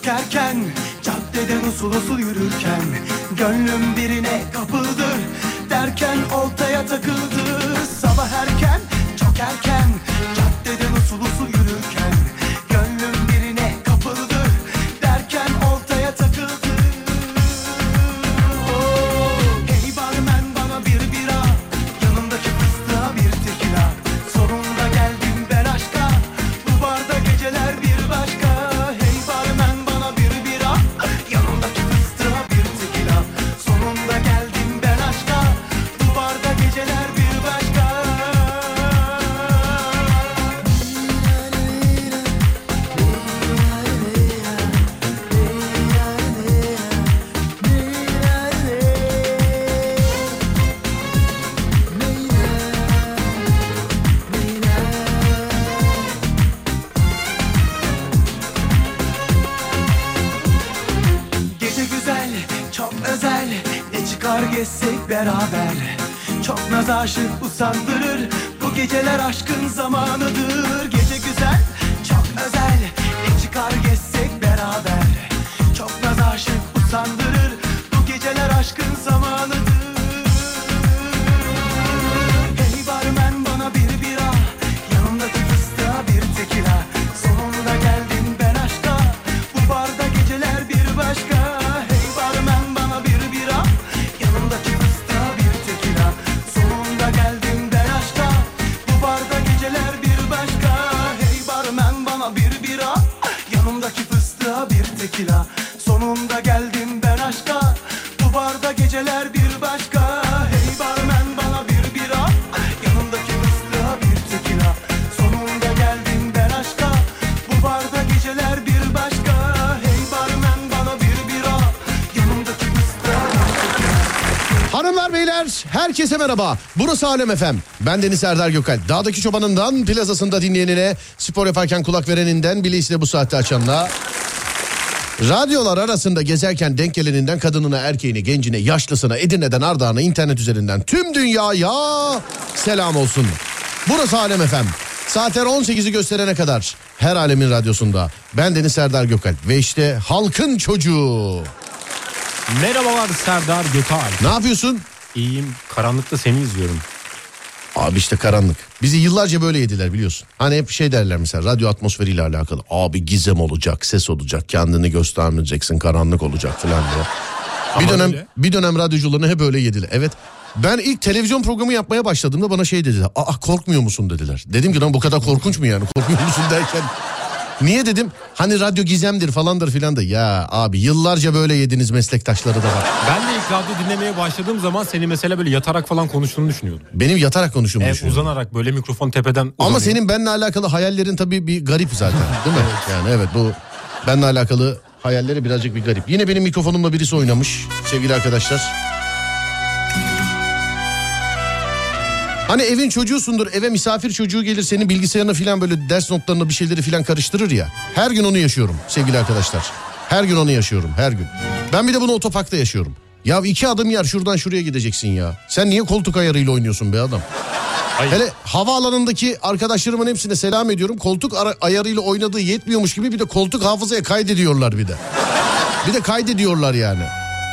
çok erken, caddeden usul usul yürürken, gönlüm birine kapıldı derken oltaya takıldı. Sabah erken, çok erken, caddeden usul usul yürürken, gönlüm birine kapıldı derken oltaya takıldı. Hey barmen bana bir bira, yanımdaki fıstığa bir tekila. Sonunda geldim ben aşka, bu barda geceler bir başka. Hey barmen bana bir bira, yanımdaki fıstığa bir tekila. Sonunda geldim ben aşka, bu barda geceler bir başka. Gece güzel, çok özel, ne çıkar gezsek beraber. Çok naz aşık usandırır, bu geceler aşkın zamanıdır. Gece güzel, çok özel, ne çıkar gezsek beraber. Çok naz aşık usandırır, bu geceler aşkın zamanıdır. Hey barmen bana bir bira, yanımdaki fıstığa bir tekila. Sonunda geldim ben aşka, bu barda geceler bir başka. Hey barmen bana bir bira, yanımdaki fıstığa bir tekila. Sonunda geldim ben aşka, bu barda geceler bir başka. Hey barmen bana bir bira, yanımdaki fıstığa bir tekila. Sonunda geldim ben aşka, bu barda geceler bir başka. Hey barmen bana bir bira, yanımdaki fıstığa bir tekila. Sonunda geldim ben aşka, bu barda geceler bir başka. Hey barmen bana bir bira, yanımdaki fıstığa bir tekila. Hanımlar beyler herkese merhaba. Burası Alem FM. Ben Deniz Serdar Gökalp. Dağdaki çobanından plazasında dinleyenine, spor yaparken kulak vereninden, bileğiyle bu saatte açanına, radyolar arasında gezerken denk geleninden kadınına, erkeğine, gencine, yaşlısına, Edirne'den Ardahan'a, internet üzerinden tüm dünyaya selam olsun. Burası Alem FM. Saatler 18'i gösterene kadar her alemin radyosunda. Ben Deniz Serdar Gökalp ve işte halkın çocuğu. Merhabalar Serdar Gökalp. Ne yapıyorsun? İyiyim. Karanlıkta seni izliyorum. Abi işte karanlık. Bizi yıllarca böyle yediler biliyorsun. Hani hep şey derler mesela radyo atmosferiyle alakalı. Abi gizem olacak, ses olacak, kendini göstermeyeceksin, karanlık olacak falan diye. Bir dönem radyocularını hep öyle yediler. Evet. Ben ilk televizyon programı yapmaya başladığımda bana şey dediler. Aa korkmuyor musun dediler. Dedim ki lan bu kadar korkunç mu yani? Korkmuyor musun derken. Niye dedim? Hani radyo gizemdir falandır filan da. Ya abi yıllarca böyle yediniz meslektaşları da var. Ben de ilk radyo dinlemeye başladığım zaman seni mesela böyle yatarak falan konuştuğunu düşünüyordum. Benim yatarak konuştuğumu düşünüyordum. Uzanarak böyle mikrofon tepeden uzanıyor. Ama senin benimle alakalı hayallerin tabii bir garip zaten değil mi? Yani evet bu benimle alakalı hayalleri birazcık bir garip. Yine benim mikrofonumla birisi oynamış sevgili arkadaşlar. Hani evin çocuğusundur, eve misafir çocuğu gelir senin bilgisayarına filan böyle ders notlarına bir şeyleri filan karıştırır ya. Her gün onu yaşıyorum sevgili arkadaşlar. Her gün onu yaşıyorum, her gün. Ben bir de bunu otoparkta yaşıyorum. Ya 2 adım yer şuradan şuraya gideceksin ya. Sen niye koltuk ayarıyla oynuyorsun be adam? Hayır. Hele havaalanındaki arkadaşlarımın hepsine selam ediyorum. Koltuk ayarıyla oynadığı yetmiyormuş gibi bir de koltuk hafızaya kaydediyorlar bir de. Bir de kaydediyorlar yani.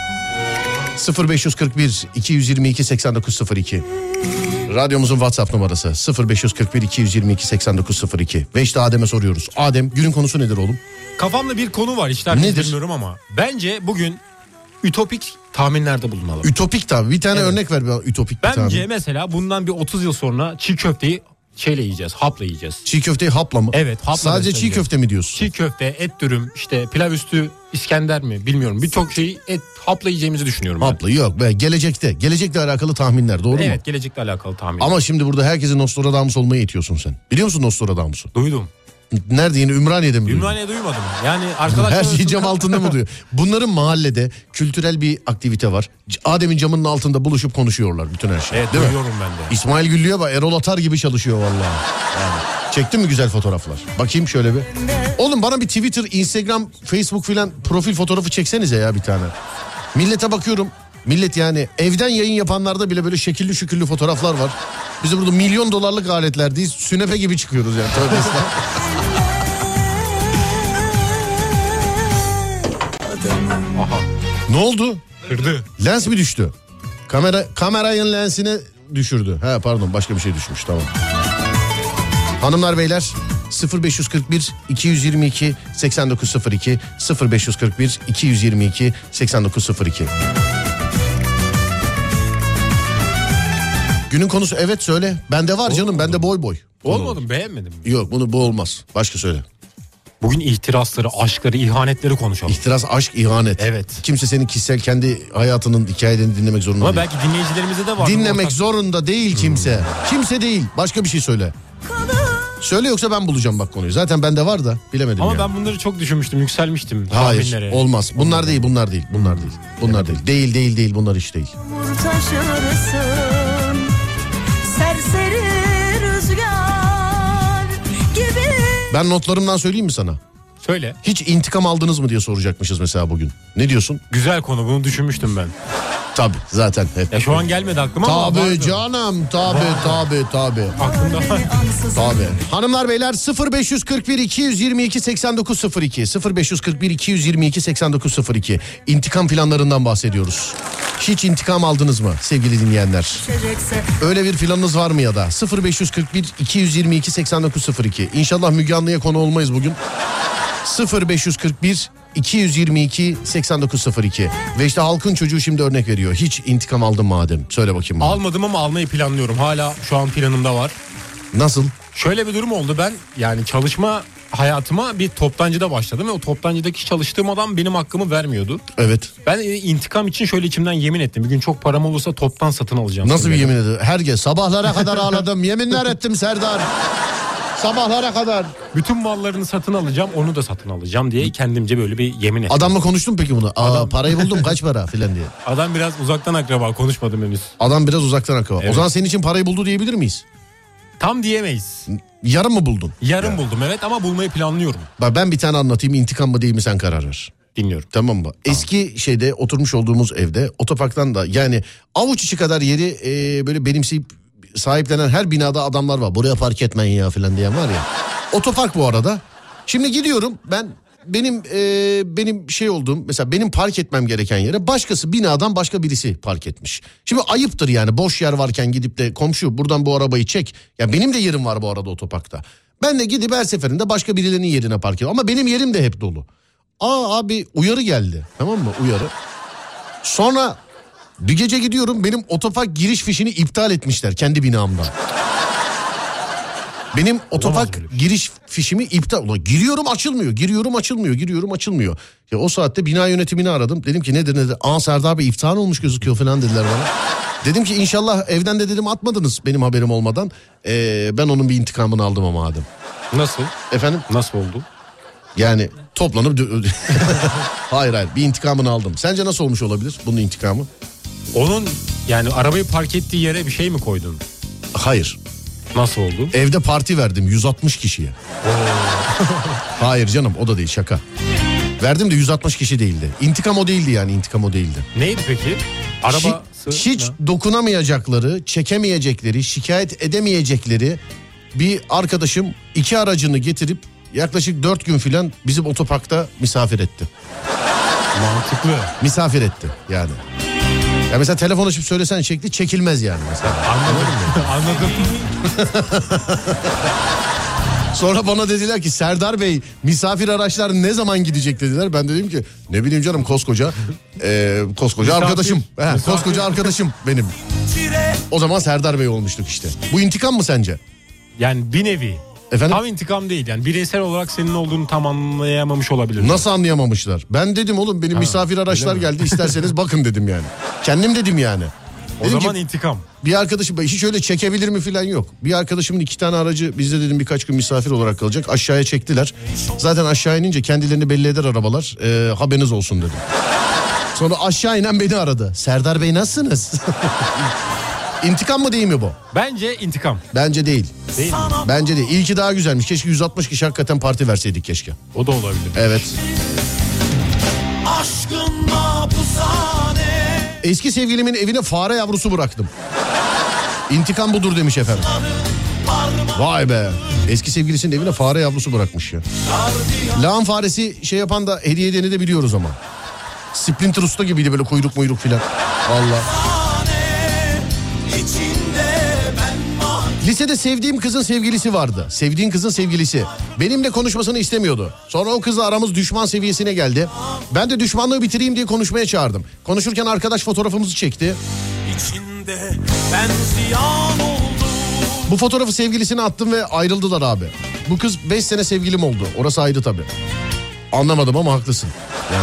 0541 222 8902 Radyomuzun WhatsApp numarası 0541 222 8902 ve işte Adem'e soruyoruz. Adem günün konusu nedir oğlum? Kafamda bir konu var işler bilmiyorum ama bence bugün ütopik tahminlerde bulunalım. Ütopik tabii bir tane örnek ver bir ütopik bir tahmin. Bence mesela bundan bir 30 yıl sonra çiğ köfteyi şeyle yiyeceğiz, hapla yiyeceğiz. Çiğ köfteyi hapla mı? Evet, hapla. Sadece çiğ köfte mi diyorsun? Çiğ köfte, et dürüm, işte pilav üstü İskender mi bilmiyorum. Birçok şeyi hapla yiyeceğimizi düşünüyorum. Hapla yok be gelecekle alakalı tahminler doğru mu? Evet gelecekle alakalı tahminler. Ama şimdi burada herkesi Nostradamus olmaya itiyorsun sen. Biliyor musun Nostradamus'u? Duydum. Nerede yine Ümraniye'de mi duydun? Ümraniye'de duymadım. Yani arkadaşlar... Her şey cam altında mı duyuyor? Bunların mahallede kültürel bir aktivite var. Adem'in camının altında buluşup konuşuyorlar bütün her şey. Evet değil duyuyorum mi? ben de. İsmail Güllü'ye bak Erol Atar gibi çalışıyor vallahi. Yani. Çektin mi güzel fotoğraflar? Bakayım şöyle bir. Oğlum bana bir Twitter, Instagram, Facebook filan profil fotoğrafı çeksenize ya bir tane. Millete bakıyorum. Millet yani evden yayın yapanlarda bile böyle şekilli şükürlü fotoğraflar var. Biz de burada milyon dolarlık aletlerdeyiz. Sünepe gibi çıkıyoruz yani. Ne oldu? Kırdı. Lens mi düştü? Kamerayın lensini düşürdü. Ha pardon, başka bir şey düşmüş, tamam. Hanımlar beyler 0541 222 8902 0541 222 8902. Günün konusu, evet söyle. Bende var canım, bende boy boy. Olmadı mı, beğenmedim mi? Yok, bu olmaz. Başka söyle. Bugün ihtirasları, aşkları, ihanetleri konuşalım. İhtiras, aşk, ihanet. Evet. Kimse senin kişisel kendi hayatının hikayelerini dinlemek zorunda Ama değil. belki dinleyicilerimizde de var. Dinlemek zorunda değil kimse. Kimse değil. Başka bir şey söyle. Söyle, yoksa ben bulacağım bak konuyu. Zaten bende var da bilemedim. Ama yani. ben bunları çok düşünmüştüm, yükselmiştim. Hayır, tahminlere. olmaz. Bunlar değil. Bunlar değil. Değil. Bunlar hiç değil. Taşırsın, serseri rüzgar gibi. Ben notlarımdan söyleyeyim mi sana? Söyle. Hiç intikam aldınız mı diye soracakmışız mesela bugün. Ne diyorsun? Güzel konu, bunu düşünmüştüm ben. Tabii zaten hep. Ya şu an gelmedi aklıma ama Tabii vardı. canım, tabii. Aklımda var. Tabii. Hanımlar beyler 0541 222 8902 0541 222 8902 İntikam planlarından bahsediyoruz. Hiç intikam aldınız mı sevgili dinleyenler? Öyle bir planınız var mı ya da? 0541 222 8902. İnşallah Müge Anlı'ya konu olmayız bugün. 0541 222 8902. Ve işte halkın çocuğu şimdi örnek veriyor. Hiç intikam aldın mı Adem? Söyle bakayım bana. Almadım ama almayı planlıyorum. Hala şu an planımda var. Nasıl? Şöyle bir durum oldu. Ben yani çalışma hayatıma bir toptancıda başladım ve o toptancıdaki çalıştığım adam benim hakkımı vermiyordu. Evet. Ben intikam için şöyle içimden yemin ettim. Bir gün çok param olursa toptan satın alacağım. Nasıl bir yemin ediyor? Her gece sabahlara kadar ağladım. Yeminler ettim Serdar. Sabahlara kadar. Bütün mallarını satın alacağım, onu da satın alacağım diye kendimce böyle bir yemin ettim. Adamla konuştun peki bunu? Parayı buldum, kaç para filan diye. Adam biraz uzaktan akraba, konuşmadım henüz. Adam biraz uzaktan akraba. Evet. O zaman senin için parayı buldu diyebilir miyiz? Tam diyemeyiz. Yarın mı buldun? Yarın buldum evet, ama bulmayı planlıyorum. Bak ben bir tane anlatayım, intikam mı değil mi sen karar ver. Dinliyorum. Tamam mı? Eski şeyde oturmuş olduğumuz evde otoparktan da yani avuç içi kadar yeri böyle benimseyip sahiplenen her binada adamlar var. Buraya park etmeyin ya filan diyen var ya. Otopark bu arada. Şimdi gidiyorum ben, benim şey olduğum mesela benim park etmem gereken yere başkası binadan başka birisi park etmiş. Şimdi ayıptır yani, boş yer varken gidip de komşu buradan bu arabayı çek. Ya benim de yerim var bu arada otoparkta. Ben de gidip her seferinde başka birilerinin yerine park ediyorum. Ama benim yerim de hep dolu. Abi uyarı geldi, tamam mı, uyarı. Sonra bir gece gidiyorum, benim otopark giriş fişini iptal etmişler kendi binamdan. Benim otopark giriş fişimi iptal. Ulan giriyorum açılmıyor. Ya o saatte bina yönetimini aradım. Dedim ki nedir? Serdar Bey iptal olmuş gözüküyor falan dediler bana. Dedim ki inşallah evden de dedim atmadınız benim haberim olmadan. Ben onun bir intikamını aldım ama Adem. Nasıl? Efendim? Nasıl oldu? Yani toplanıp... hayır bir intikamını aldım. Sence nasıl olmuş olabilir bunun intikamı? Onun yani arabayı park ettiği yere bir şey mi koydun? Hayır. Nasıl oldu? Evde parti verdim 160 kişiye. Hayır canım, o da değil, şaka. Verdim de 160 kişi değildi. İntikam o değildi yani, intikam o değildi. Neydi peki? Hiç dokunamayacakları, çekemeyecekleri, şikayet edemeyecekleri bir arkadaşım 2 aracını getirip yaklaşık 4 gün filan bizim otoparkta misafir etti. Mantıklı. Misafir etti yani. Ya mesela telefon açıp söylesen şekli çekilmez yani mesela. Anladım. Sonra bana dediler ki Serdar Bey misafir araçlar ne zaman gidecek dediler. Ben dedim ki ne bileyim canım, koskoca arkadaşım. Koskoca arkadaşım benim. O zaman Serdar Bey olmuştuk işte. Bu intikam mı sence? Yani bir nevi. Efendim? Tam intikam değil yani, bireysel olarak senin olduğunu tam anlayamamış olabilir. Nasıl anlayamamışlar? Ben dedim oğlum benim misafir araçlar geldi, isterseniz bakın dedim yani. Kendim dedim yani. O Dedim zaman ki, intikam. bir arkadaşım hiç öyle çekebilir mi falan yok. Bir arkadaşımın 2 tane aracı bizde dedim birkaç gün misafir olarak kalacak. Aşağıya çektiler. Zaten aşağı inince kendilerini belli eder arabalar. Haberiniz olsun dedim. Sonra aşağı inen beni aradı. Serdar Bey nasılsınız? İntikam mı değil mi bu? Bence intikam. Bence değil. Değil mi? Bence değil. İyi ki daha güzelmiş. Keşke 160 kişi hakikaten parti verseydik keşke. O da olabilir. Evet. Aşkın mahpushane. Eski sevgilimin evine fare yavrusu bıraktım. İntikam budur demiş efendim. Vay be. Eski sevgilisinin evine fare yavrusu bırakmış ya. Lağım faresi şey yapan da hediye edeni de biliyoruz ama. Splinter Usta gibiydi böyle kuyruk muyruk filan. Vallahi. Lisede sevdiğim kızın sevgilisi vardı. Sevdiğin kızın sevgilisi. Benimle konuşmasını istemiyordu. Sonra o kızla aramız düşman seviyesine geldi. Ben de düşmanlığı bitireyim diye konuşmaya çağırdım. Konuşurken arkadaş fotoğrafımızı çekti. İçinde ben ziyan oldum. Bu fotoğrafı sevgilisine attım ve ayrıldılar abi. Bu kız 5 sene sevgilim oldu. Orası ayrı tabii. Anlamadım ama haklısın. Yani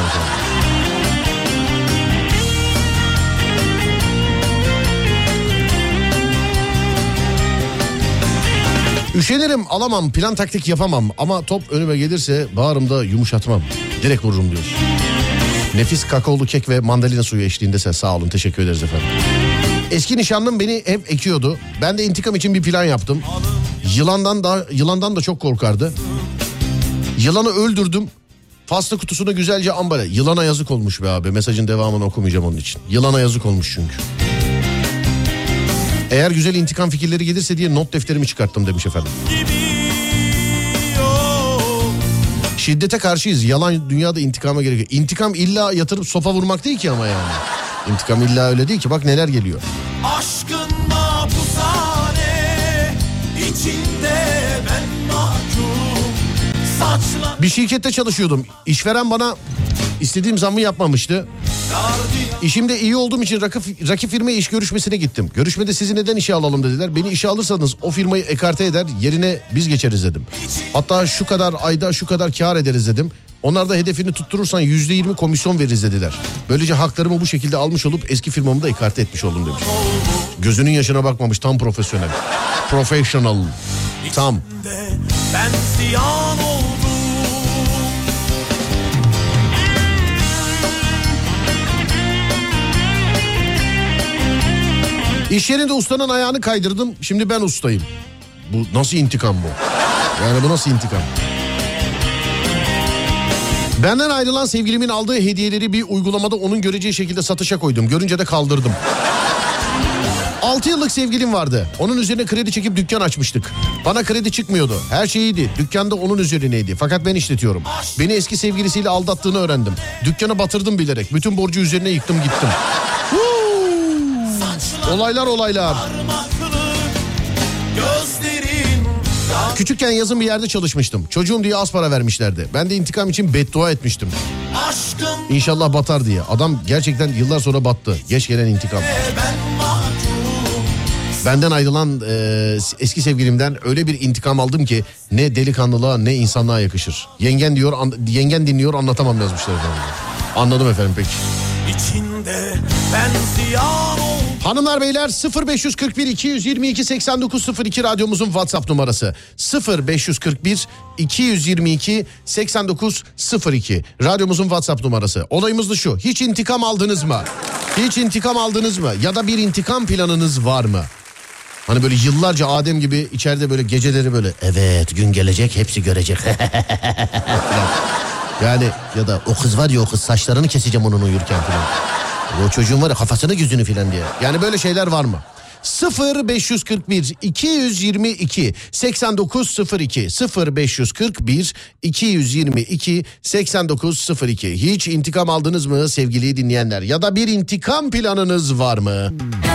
üşenirim, alamam, plan taktik yapamam ama top önüme gelirse bağrımda yumuşatmam. Direkt vururum diyorsun. Nefis kakaolu kek ve mandalina suyu eşliğinde sağ olun, teşekkür ederiz efendim. Eski nişanlım beni hep ekiyordu. Ben de intikam için bir plan yaptım. Yılandan da çok korkardı. Yılanı öldürdüm. Pasta kutusuna güzelce ambara. Yılana yazık olmuş be abi. Mesajın devamını okumayacağım onun için. Yılana yazık olmuş çünkü. Eğer güzel intikam fikirleri gelirse diye not defterimi çıkarttım demiş efendim. Şiddete karşıyız. Yalan dünyada intikama gerekiyor. İntikam illa yatırıp sopa vurmak değil ki ama yani. İntikam illa öyle değil ki. Bak neler geliyor. Aşkın mahpushane, içinde ben mahkum. Saçlar Bir şirkette çalışıyordum. İşveren bana istediğim zammı yapmamıştı. İşimde iyi olduğum için rakip firmaya iş görüşmesine gittim. Görüşmede sizi neden işe alalım dediler. Beni işe alırsanız o firmayı ekarte eder, yerine biz geçeriz dedim. Hatta şu kadar ayda şu kadar kar ederiz dedim. Onlar da hedefini tutturursan %20 komisyon veririz dediler. Böylece haklarımı bu şekilde almış olup eski firmamı da ekarte etmiş oldum demiş. Gözünün yaşına bakmamış, tam profesyonel. Professional. Tam. ben ziyan oldum. İş yerinde ustanın ayağını kaydırdım. Şimdi ben ustayım. Bu nasıl intikam bu? Yani bu nasıl intikam? Benden ayrılan sevgilimin aldığı hediyeleri bir uygulamada onun göreceği şekilde satışa koydum. Görünce de kaldırdım. 6 yıllık sevgilim vardı. Onun üzerine kredi çekip dükkan açmıştık. Bana kredi çıkmıyordu. Her şey iyiydi. Dükkanda onun üzerineydi. Fakat ben işletiyorum. Beni eski sevgilisiyle aldattığını öğrendim. Dükkanı batırdım bilerek. Bütün borcu üzerine yıktım gittim. Olaylar. Küçükken yazın bir yerde çalışmıştım. Çocuğum diye az para vermişlerdi. Ben de intikam için beddua etmiştim. İnşallah batar diye. Adam gerçekten yıllar sonra battı. Geç gelen intikam. Benden ayrılan eski sevgilimden öyle bir intikam aldım ki ne delikanlılığa ne insanlığa yakışır. Yengen dinliyor anlatamam yazmışlar efendim. Anladım efendim peki. İçinde ben ziyan oldum. Hanımlar beyler 0541 222 8902 radyomuzun WhatsApp numarası. 0541 222 8902 radyomuzun WhatsApp numarası. Olayımız da şu: hiç intikam aldınız mı? Hiç intikam aldınız mı? Ya da bir intikam planınız var mı? Hani böyle yıllarca Adem gibi içeride böyle geceleri böyle evet gün gelecek hepsi görecek. Yani ya da o kız var ya, o kız saçlarını keseceğim onun uyurken falan. O çocuğun var ya kafasını gözünü filan diye. Yani böyle şeyler var mı? 0541 222 8902 0541 222 8902. Hiç intikam aldınız mı sevgili dinleyenler? Ya da bir intikam planınız var mı?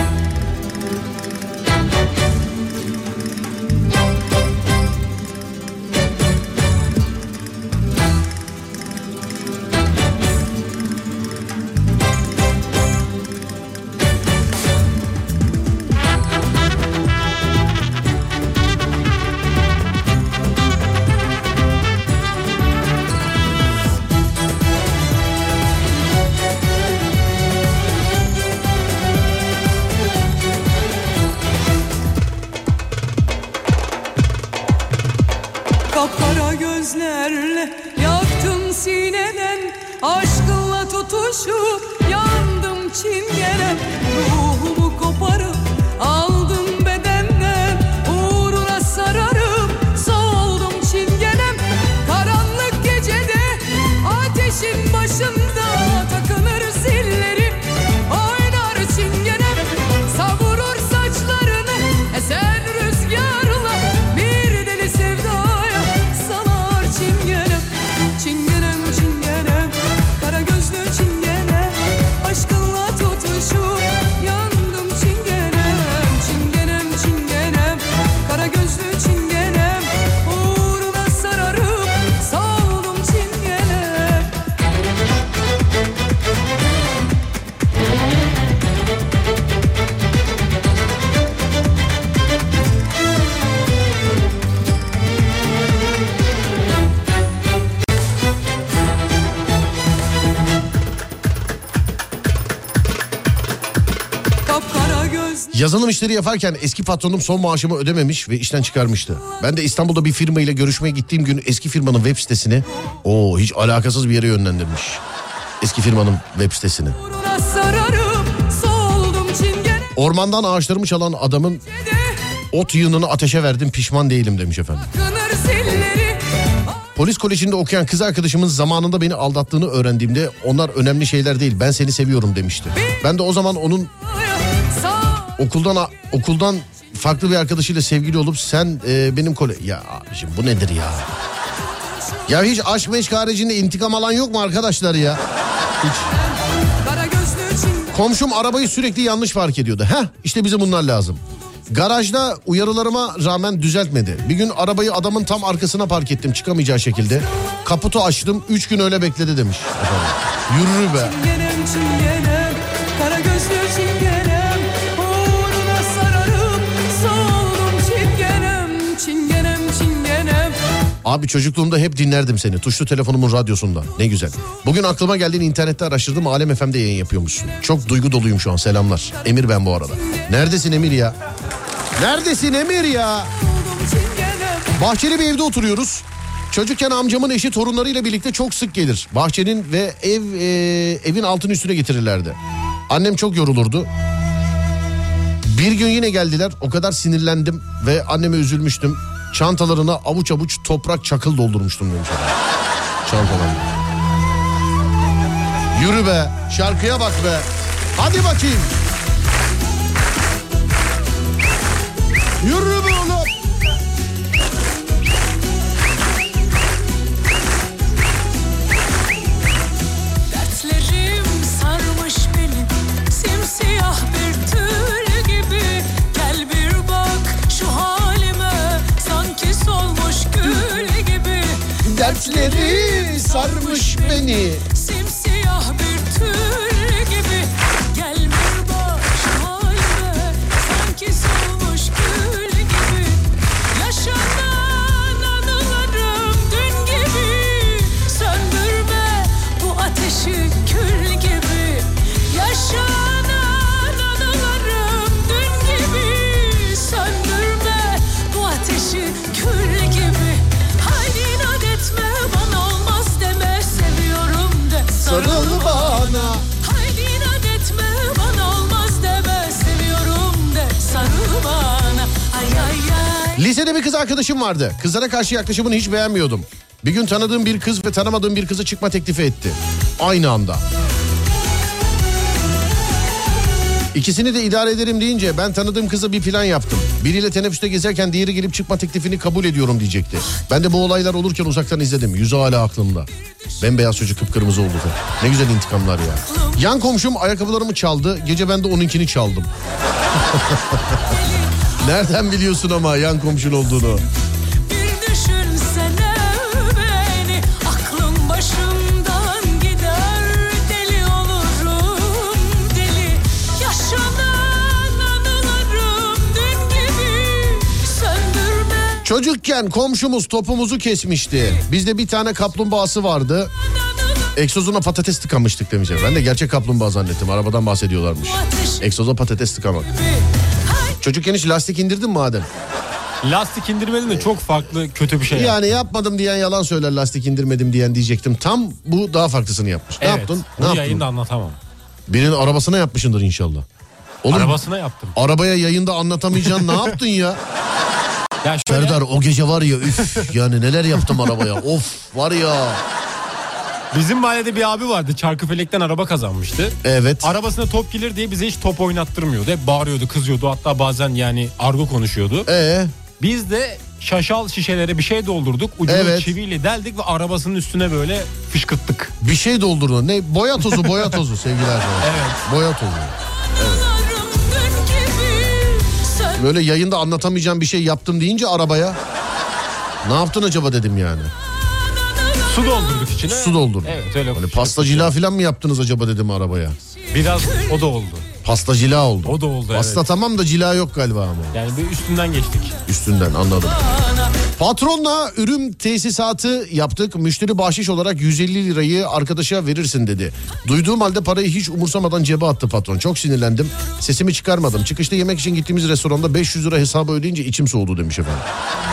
Kapkara gözlerle yaktın sineden, aşkınla tutuşup yandım çingene. Ruhumu koparıp aldım bedenden, uğruna sararıp soldum çingenem. Karanlık gecede ateşin başında takılır zillerim, oynar çingenem. Savurur saçlarını esen rüzgarla, bir deli sevdaya salar çingenem. Çingenem çingenem, kara gözlü çingenem. Yazılım işleri yaparken eski patronum son maaşımı ödememiş ve işten çıkarmıştı. Ben de İstanbul'da bir firma ile görüşmeye gittiğim gün eski firmanın web sitesini hiç alakasız bir yere yönlendirmiş. Eski firmanın web sitesini. Uğruna sararım, soldum çingene. Ormandan ağaçlarımı çalan adamın ot yığınını ateşe verdim, pişman değilim demiş efendim. Kınır zilleri. Polis kolejinde okuyan kız arkadaşımın zamanında beni aldattığını öğrendiğimde onlar önemli şeyler değil, ben seni seviyorum demişti. Ben de o zaman onun okuldan farklı bir arkadaşıyla sevgili olup sen benim Ya abiciğim bu nedir ya? Ya hiç aşk meşk haricinde intikam alan yok mu arkadaşlar ya? Hiç. Kara gözlü çingene. Komşum arabayı sürekli yanlış park ediyordu. İşte bize bunlar lazım. Garajda uyarılarıma rağmen düzeltmedi. Bir gün arabayı adamın tam arkasına park ettim çıkamayacağı şekilde. Kaputu açtım, 3 gün öyle bekledi demiş. Yürü be. Çingenem çingenem, kara gözlü çingenem, uğruna sararım, soldum çingenem, çingenem çingenem. Abi çocukluğumda hep dinlerdim seni tuşlu telefonumun radyosunda. Ne güzel. Bugün aklıma geldiğini internette araştırdım. Alem FM'de yayın yapıyormuşsun. Çok duygu doluyum şu an, selamlar. Emir ben bu arada. Neredesin Emir ya? Neredesin Emir ya? Bahçeli bir evde oturuyoruz. Çocukken amcamın eşi torunlarıyla birlikte çok sık gelir. Bahçenin ve evin altın üstüne getirirlerdi. Annem çok yorulurdu. Bir gün yine geldiler. O kadar sinirlendim ve anneme üzülmüştüm. Çantalarına avuç avuç toprak çakıl doldurmuştum demiş. Çantalarına. Yürü be, şarkıya bak be. Hadi bakayım. Yürü be oğlum. Dertlerim sarmış beni, simsiyah bir tül gibi. Gel bir bak şu halime, sanki solmuş gül gibi. Dertleri sarmış beni. Simsiyah bir tül gibi. Gel bir bak şu halime, sanki solmuş gül gibi. Yaşanan anılarım dün gibi. Söndürme bu ateşi kül gibi. Yaşanan anılarım dün gibi. Söndürme bu ateşi kül gibi. Haydi inat etme, bana olmaz deme, seviyorum de Sarıl bana. Haydi inat etme, bana olmaz deme, seviyorum de sarıl bana. Ay ay ay. Lisede bir kız arkadaşım vardı. Kızlara karşı yaklaşımını hiç beğenmiyordum. Bir gün tanıdığım bir kız ve tanımadığım bir kızı çıkma teklifi etti. Aynı anda. İkisini de idare ederim deyince ben tanıdığım kıza bir plan yaptım. Biriyle teneffüste gezerken diğeri gelip çıkma teklifini kabul ediyorum diyecekti. Ben de bu olaylar olurken uzaktan izledim. Yüzü hala aklımda. Bembeyaz çocuk kıpkırmızı oldu. Ne güzel intikamlar ya. Yan komşum ayakkabılarımı çaldı. Gece ben de onunkini çaldım. Nereden biliyorsun ama yan komşun olduğunu? Bir düşünsene beni, aklım başımdan gider, deli olurum deli. Yaşanan anılarım dün gibi. Söndürme Çocukken komşumuz topumuzu kesmişti. Bizde bir tane kaplumbağası vardı. Egzozuna patates tıkamıştık demişler. Ben de gerçek kaplumbağa zannettim. Arabadan bahsediyorlarmış. Egzoza patates tıkamak. Çocukken hiç lastik indirdin mi Adem? Lastik indirmedim de çok farklı kötü bir şey. Yani yapmadım diyen yalan söyler, lastik indirmedim diyen diyecektim. Tam bu daha farklısını yapmış. Ne Evet, yaptın? Ne bunu yaptın? yayında anlatamam. Birinin arabasına yapmışındır inşallah. Oğlum, Arabasına yaptım. arabaya yayında anlatamayacaksın, ne yaptın ya? Ya şöyle, Serdar o gece var ya üf yani neler yaptım arabaya, of var ya. bizim mahallede bir abi vardı, Çarkıfelek'ten araba kazanmıştı. Evet. Arabasına top gelir diye bize hiç top oynattırmıyordu. Hep bağırıyordu, kızıyordu, hatta bazen yani argo konuşuyordu. Biz de şaşal şişelere bir şey doldurduk. Ucunu Evet. çiviyle deldik ve arabasının üstüne böyle fışkırttık. Bir şey doldurdun. Ne? Boya tozu, boya tozu sevgiler. Evet. Boya tozu. anılarım dün gibi. Böyle yayında anlatamayacağım bir şey yaptım deyince arabaya. Ne yaptın acaba dedim yani. Su doldurduk içine. Su doldurdun. Evet öyle. Hani pastacılığa falan mı yaptınız acaba dedim arabaya. Biraz o da oldu. Pasta cila oldu. O da oldu, Pasta evet. tamam da cila yok galiba ama. Yani bir üstünden geçtik. Üstünden, anladım. Patronla ürün tesisatı yaptık. Müşteri bahşiş olarak 150 lirayı arkadaşa verirsin dedi. Duyduğum halde parayı hiç umursamadan cebe attı patron. Çok sinirlendim. Sesimi çıkarmadım. Çıkışta yemek için gittiğimiz restoranda 500 lira hesabı ödeyince içim soğudu demiş efendim.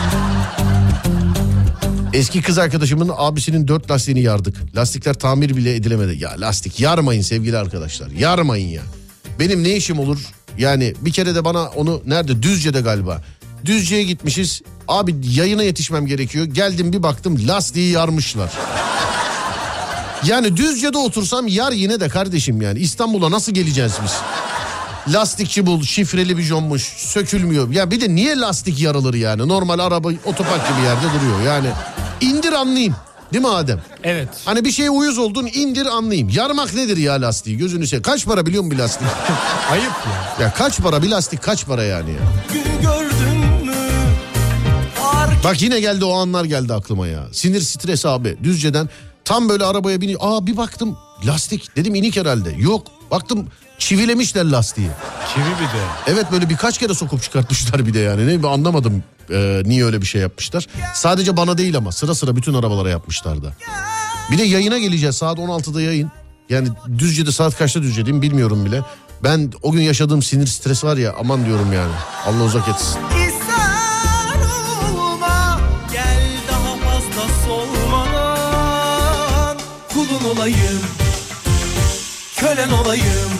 Eski kız arkadaşımın abisinin 4 lastiğini yardık. Lastikler tamir bile edilemedi. Ya lastik yarmayın sevgili arkadaşlar. Yarmayın ya. Benim ne işim olur? Yani bir kere de bana onu nerede? Düzce'de galiba. Düzce'ye gitmişiz. Abi yayına yetişmem gerekiyor. Geldim bir baktım lastiği yarmışlar. Yani Düzce'de otursam yar yine de kardeşim yani. İstanbul'a nasıl geleceğiz biz? Lastikçi bul, şifreli bijonmuş, sökülmüyor. Ya bir de niye lastik yarılır yani? Normal araba otopark gibi yerde duruyor. Yani indir anlayayım. Değil mi Adem? Evet. Hani bir şeye uyuz oldun, indir anlayayım. Yarmak nedir ya lastiği? Gözünü seveyim. Kaç para biliyor musun bir lastik? Ayıp ya. Ya kaç para bir lastik, kaç para yani ya? Gün gördün mü? Bak yine geldi, o anlar geldi aklıma ya. Sinir stres abi. Düzce'den tam böyle arabaya biniyor. Aa bir baktım lastik, dedim inik herhalde. Yok, baktım çivilemişler lastiği. Çivi bir de. Evet, böyle birkaç kere sokup çıkartmışlar bir de yani. Ne anlamadım niye öyle bir şey yapmışlar. Sadece bana değil ama sıra sıra bütün arabalara yapmışlar da. Bir de yayına geleceğiz, saat 16'da yayın. Yani Düzce'de saat kaçta Düzce'deyim bilmiyorum bile. Ben o gün yaşadığım sinir stres var ya, aman diyorum yani. Allah uzak etsin. İster olma, gel daha fazla solmadan. Kulun olayım, kölen olayım.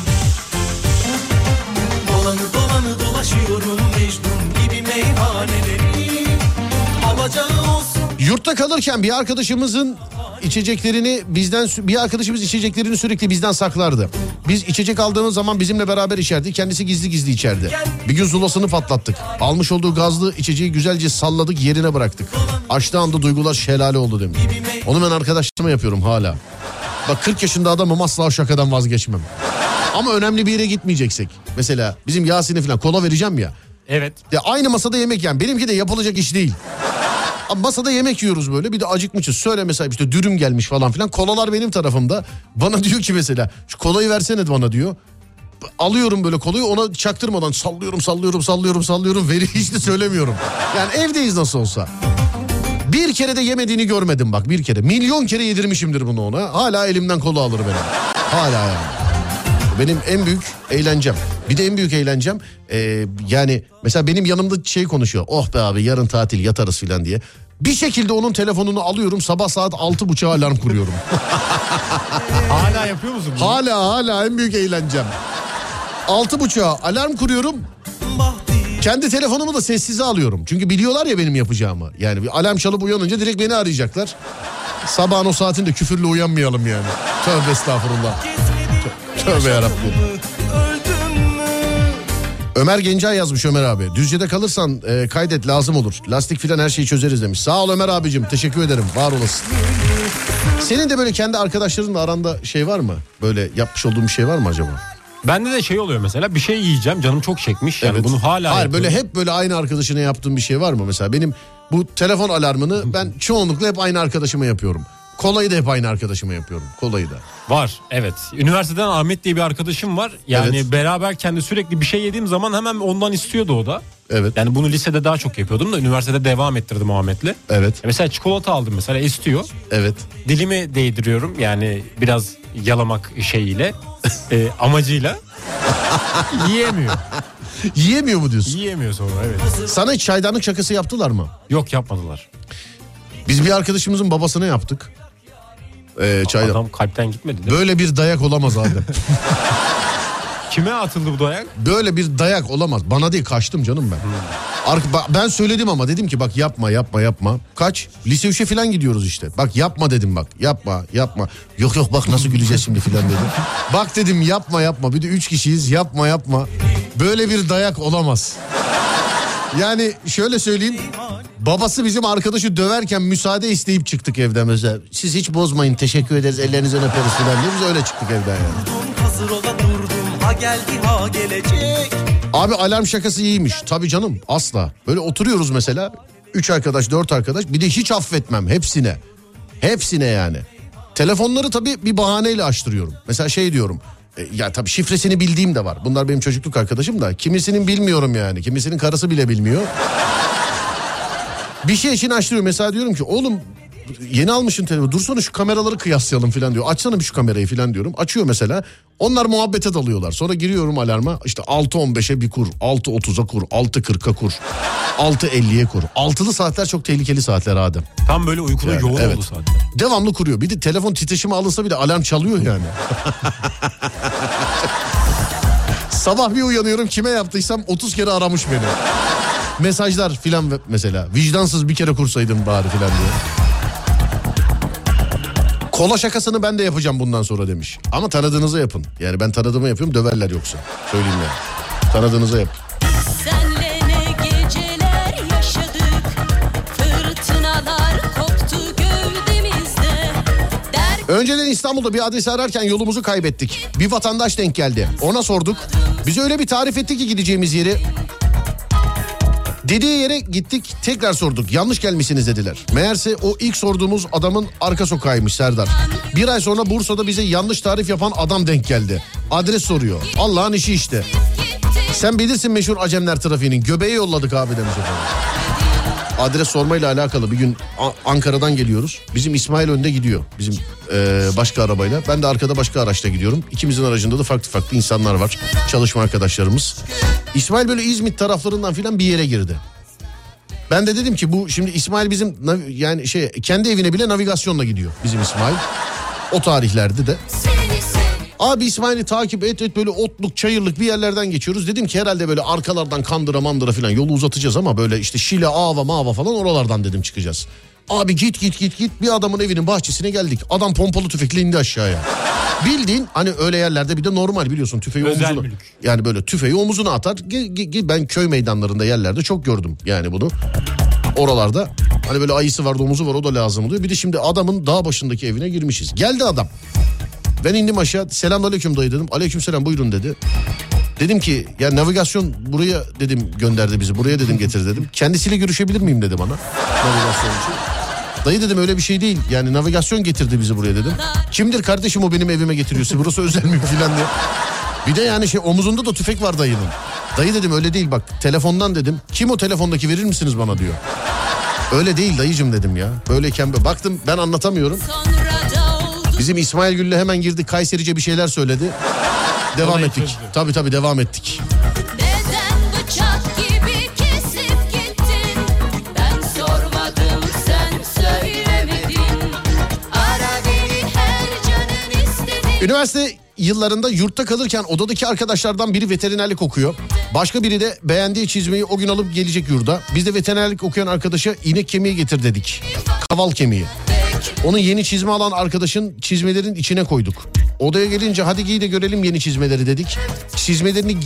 Dolanı dolanı dolaşıyorum Mecnun gibi meyhaneleri. Alacağı olsun. Yurtta kalırken bir arkadaşımız içeceklerini sürekli bizden saklardı. Biz içecek aldığımız zaman bizimle beraber içerdi. Kendisi gizli gizli içerdi. Bir gün zulasını patlattık. Almış olduğu gazlı içeceği güzelce salladık, yerine bıraktık. Açtığı anda duygular şelale oldu demiş. Onu ben arkadaşlarıma yapıyorum hala. Bak 40 yaşında adamım, asla o şakadan vazgeçmem. Ama önemli bir yere gitmeyeceksek. Mesela bizim Yasin'e falan kola vereceğim ya. Evet. Ya aynı masada yemek yani. Benimki de yapılacak iş değil. Abi masada yemek yiyoruz böyle, bir de acıkmışız. Söyle mesela işte dürüm gelmiş falan filan. Kolalar benim tarafımda. Bana diyor ki mesela şu kolayı versene bana diyor. Alıyorum böyle kolayı, ona çaktırmadan sallıyorum. Veri hiç de söylemiyorum. Yani evdeyiz nasıl olsa. Bir kere de yemediğini görmedim bak, bir kere. Milyon kere yedirmişimdir bunu ona. Hala elimden kola alır benim. Hala yani. Benim en büyük eğlencem. Bir de en büyük eğlencem yani mesela benim yanımda şey konuşuyor. Oh be abi yarın tatil yatarız filan diye. Bir şekilde onun telefonunu alıyorum, sabah saat 6.30'a alarm kuruyorum. Hala yapıyor musun bunu? Hala en büyük eğlencem. 6.30'a alarm kuruyorum. Kendi telefonumu da sessize alıyorum. Çünkü biliyorlar ya benim yapacağımı. Yani bir alarm çalıp uyanınca direkt beni arayacaklar. Sabahın o saatinde küfürle uyanmayalım yani. Tövbe estağfurullah. Tövbe yarabbim. Ömer Gencay yazmış Ömer abi. Düzce'de kalırsan kaydet, lazım olur. Lastik filan her şeyi çözeriz demiş. Sağ ol Ömer abicim, teşekkür ederim, var olasın. Senin de böyle kendi arkadaşlarınla aranda şey var mı? Böyle yapmış olduğun bir şey var mı acaba? Bende de şey oluyor mesela, bir şey yiyeceğim, canım çok çekmiş. Yani Evet. bunu hala Hayır, yapıyorum. böyle hep böyle aynı arkadaşına yaptığın bir şey var mı? Mesela benim bu telefon alarmını ben çoğunlukla hep aynı arkadaşıma yapıyorum. Kolayı da hep aynı arkadaşıma yapıyorum. Kolayı da. Var, evet. Üniversiteden Ahmet diye bir arkadaşım var. Yani Evet. beraberken de sürekli bir şey yediğim zaman hemen ondan istiyordu o da. Evet. Yani bunu lisede daha çok yapıyordum da üniversitede devam ettirdim Ahmet'le. Evet. Mesela çikolata aldım mesela, istiyor. Evet. Dilimi değdiriyorum yani biraz yalamak şeyiyle, amacıyla. Yiyemiyor. Yiyemiyor mu diyorsun? Yiyemiyor sonra, evet. Sana hiç çaydanlık şakası yaptılar mı? Yok, yapmadılar. Biz bir arkadaşımızın babasına yaptık. Çaydan. Adam kalpten gitmedi değil mi? Böyle bir dayak olamaz abi. Kime atıldı bu dayak? Böyle bir dayak olamaz. Bana değil, kaçtım canım ben. Ben söyledim ama dedim ki bak yapma. Kaç? Lise 3'e falan gidiyoruz işte. Bak yapma dedim bak. Yapma. Yok bak nasıl güleceğiz şimdi filan dedim. Bak dedim yapma. Bir de 3 kişiyiz, yapma. Böyle bir dayak olamaz. Yani şöyle söyleyeyim. Babası bizim arkadaşı döverken müsaade isteyip çıktık evden mesela. Siz hiç bozmayın, teşekkür ederiz, ellerinizden öperiz filan diye biz öyle çıktık evden yani. Hazır ola durdum, ha geldi ha gelecek. Abi alarm şakası iyiymiş. Tabii canım, asla. Böyle oturuyoruz mesela. 3 arkadaş 4 arkadaş, bir de hiç affetmem hepsine yani. Telefonları tabii bir bahaneyle açtırıyorum. Mesela şey diyorum. Ya tabii şifresini bildiğim de var. Bunlar benim çocukluk arkadaşım da. Kimisinin bilmiyorum yani. Kimisinin karısı bile bilmiyor. Bir şey için açtırıyor. Mesela diyorum ki oğlum yeni almışsın telefonu. Dursana şu kameraları kıyaslayalım falan diyor. Açsana bir şu kamerayı falan diyorum. Açıyor mesela. Onlar muhabbete dalıyorlar. Sonra giriyorum alarma. İşte 6.15'e bir kur. 6.30'a kur. 6.40'a kur. 6.50'ye kur. Altılı saatler çok tehlikeli saatler Adem. Tam böyle uykulu Yani, yoğun evet. oldu saatler. Devamlı kuruyor. Bir de telefon titreşimi alınsa bile alarm çalıyor yani. Sabah bir uyanıyorum, kime yaptıysam 30 kere aramış beni. Mesajlar filan mesela. Vicdansız bir kere kursaydım bari filan diye. Kola şakasını ben de yapacağım bundan sonra demiş. Ama tanıdığınıza yapın. Yani ben tanıdığıma yapıyorum, döverler yoksa. Söyleyeyim yani. Tanıdığınıza yap. Senle ne geceler yaşadık, fırtınalar koptu gövdemizde. Önceden İstanbul'da bir adresi ararken yolumuzu kaybettik. Bir vatandaş denk geldi. Ona sorduk. Bize öyle bir tarif etti ki gideceğimiz yeri. Dediği yere gittik, tekrar sorduk. Yanlış gelmişsiniz dediler. Meğerse o ilk sorduğumuz adamın arka sokağıymış Serdar. Bir ay sonra Bursa'da bize yanlış tarif yapan adam denk geldi. Adres soruyor. Allah'ın işi işte. Sen bilirsin meşhur Acemler trafiğinin. Göbeğe yolladık abi demiş efendim. Adres sormayla alakalı bir gün Ankara'dan geliyoruz. Bizim İsmail önde gidiyor. Bizim başka arabayla. Ben de arkada başka araçla gidiyorum. İkimizin aracında da farklı insanlar var. Çalışma arkadaşlarımız. İsmail böyle İzmit taraflarından filan bir yere girdi. Ben de dedim ki bu şimdi İsmail bizim yani kendi evine bile navigasyonla gidiyor bizim İsmail. O tarihlerde de. Abi İsmail'i takip et böyle otluk çayırlık bir yerlerden geçiyoruz. Dedim ki herhalde böyle arkalardan Kandıra Mandıra falan yolu uzatacağız ama böyle işte Şile, Ava, Mava falan oralardan dedim çıkacağız. Abi git bir adamın evinin bahçesine geldik. Adam pompalı tüfekle indi aşağıya. Bildiğin hani öyle yerlerde bir de normal biliyorsun tüfeği özel omuzuna. mülk. Yani böyle tüfeği omuzuna atar. Ben köy meydanlarında yerlerde çok gördüm yani bunu. Oralarda hani böyle ayısı var domuzu var o da lazım oluyor. Bir de şimdi adamın dağ başındaki evine girmişiz. Geldi adam. Ben indim aşağı. Selamünaleyküm dayı dedim. Aleykümselam buyurun dedi. Dedim ki ya navigasyon buraya dedim gönderdi bizi. Buraya dedim getir dedim. Kendisiyle görüşebilir miyim dedi bana. Navigasyon için. Dayı dedim öyle bir şey değil. Yani navigasyon getirdi bizi buraya dedim. Kimdir kardeşim o benim evime getiriyorsa burası özel mülk filan diye. Bir de yani omuzunda da tüfek var dayının. Dayı dedim öyle değil bak telefondan dedim. Kim o telefondaki verir misiniz bana diyor. Öyle değil dayıcım dedim ya. Böyleyken baktım ben anlatamıyorum. Bizim İsmail Gül'le hemen girdik Kayserice bir şeyler söyledi. Devam ettik. Tabii devam ettik. Neden bıçak gibi kesip gittin? Ben sormadım sen söylemedin. Ara beni her canın istedi. Üniversite yıllarında yurtta kalırken odadaki arkadaşlardan biri veterinerlik okuyor. Başka biri de beğendiği çizmeyi o gün alıp gelecek yurda. Biz de veterinerlik okuyan arkadaşa inek kemiği getir dedik. Kaval kemiği. Onu yeni çizme alan arkadaşın çizmelerin içine koyduk. Odaya gelince hadi giy de görelim yeni çizmeleri dedik. Çizmelerini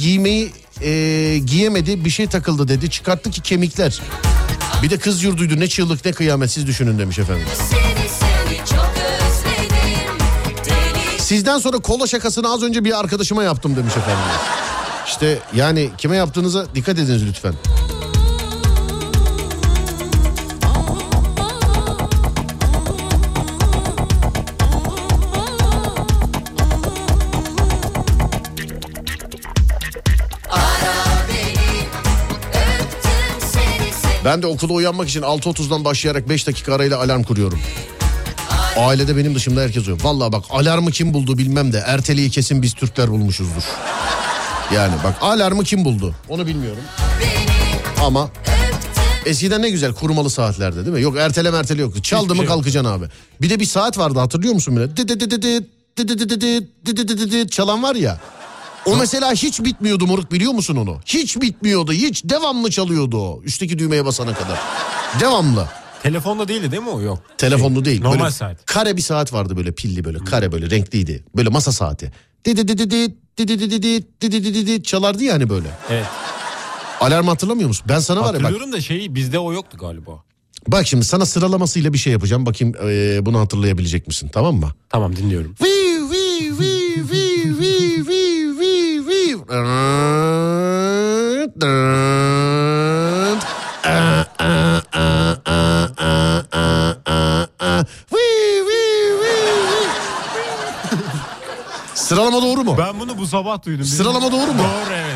giyemedi bir şey takıldı dedi. Çıkarttı ki kemikler. Bir de kız yurduydu ne çığlık ne kıyamet siz düşünün demiş efendim. Seni çok özledim. Sizden sonra kola şakasını az önce bir arkadaşıma yaptım demiş efendim. İşte yani kime yaptığınıza dikkat ediniz lütfen. Ben de okula uyanmak için 6.30'dan başlayarak 5 dakika arayla alarm kuruyorum. Ailede benim dışımda herkes uyuyor. Vallahi bak alarmı kim buldu bilmem de erteleyi kesin biz Türkler bulmuşuzdur. Yani bak alarmı kim buldu onu bilmiyorum. Ama eskiden ne güzel kurmalı saatlerde değil mi? Yok ertele yoktu. Çaldı mı kalkacaksın abi. Bir de bir saat vardı hatırlıyor musun bile? Çalan var ya. O mesela hiç bitmiyordu moruk biliyor musun onu? Hiç bitmiyordu. Hiç devamlı çalıyordu o. Üstteki düğmeye basana kadar. Devamlı. Telefonda değildi değil mi o? Yok. Telefonlu değil. Normal böyle saat. Kare bir saat vardı böyle pilli böyle kare böyle renkliydi. Böyle masa saati. Çalardı yani böyle. Evet. Alarmı hatırlamıyor musun? Ben sana var ya bak. Hatırlıyorum da bizde o yoktu galiba. Bak şimdi sana sıralamasıyla bir şey yapacağım. Bakayım bunu hatırlayabilecek misin tamam mı? Tamam dinliyorum. Sıralama doğru mu? Ben bunu bu sabah duydum. Sıralama doğru mu? Doğru, evet.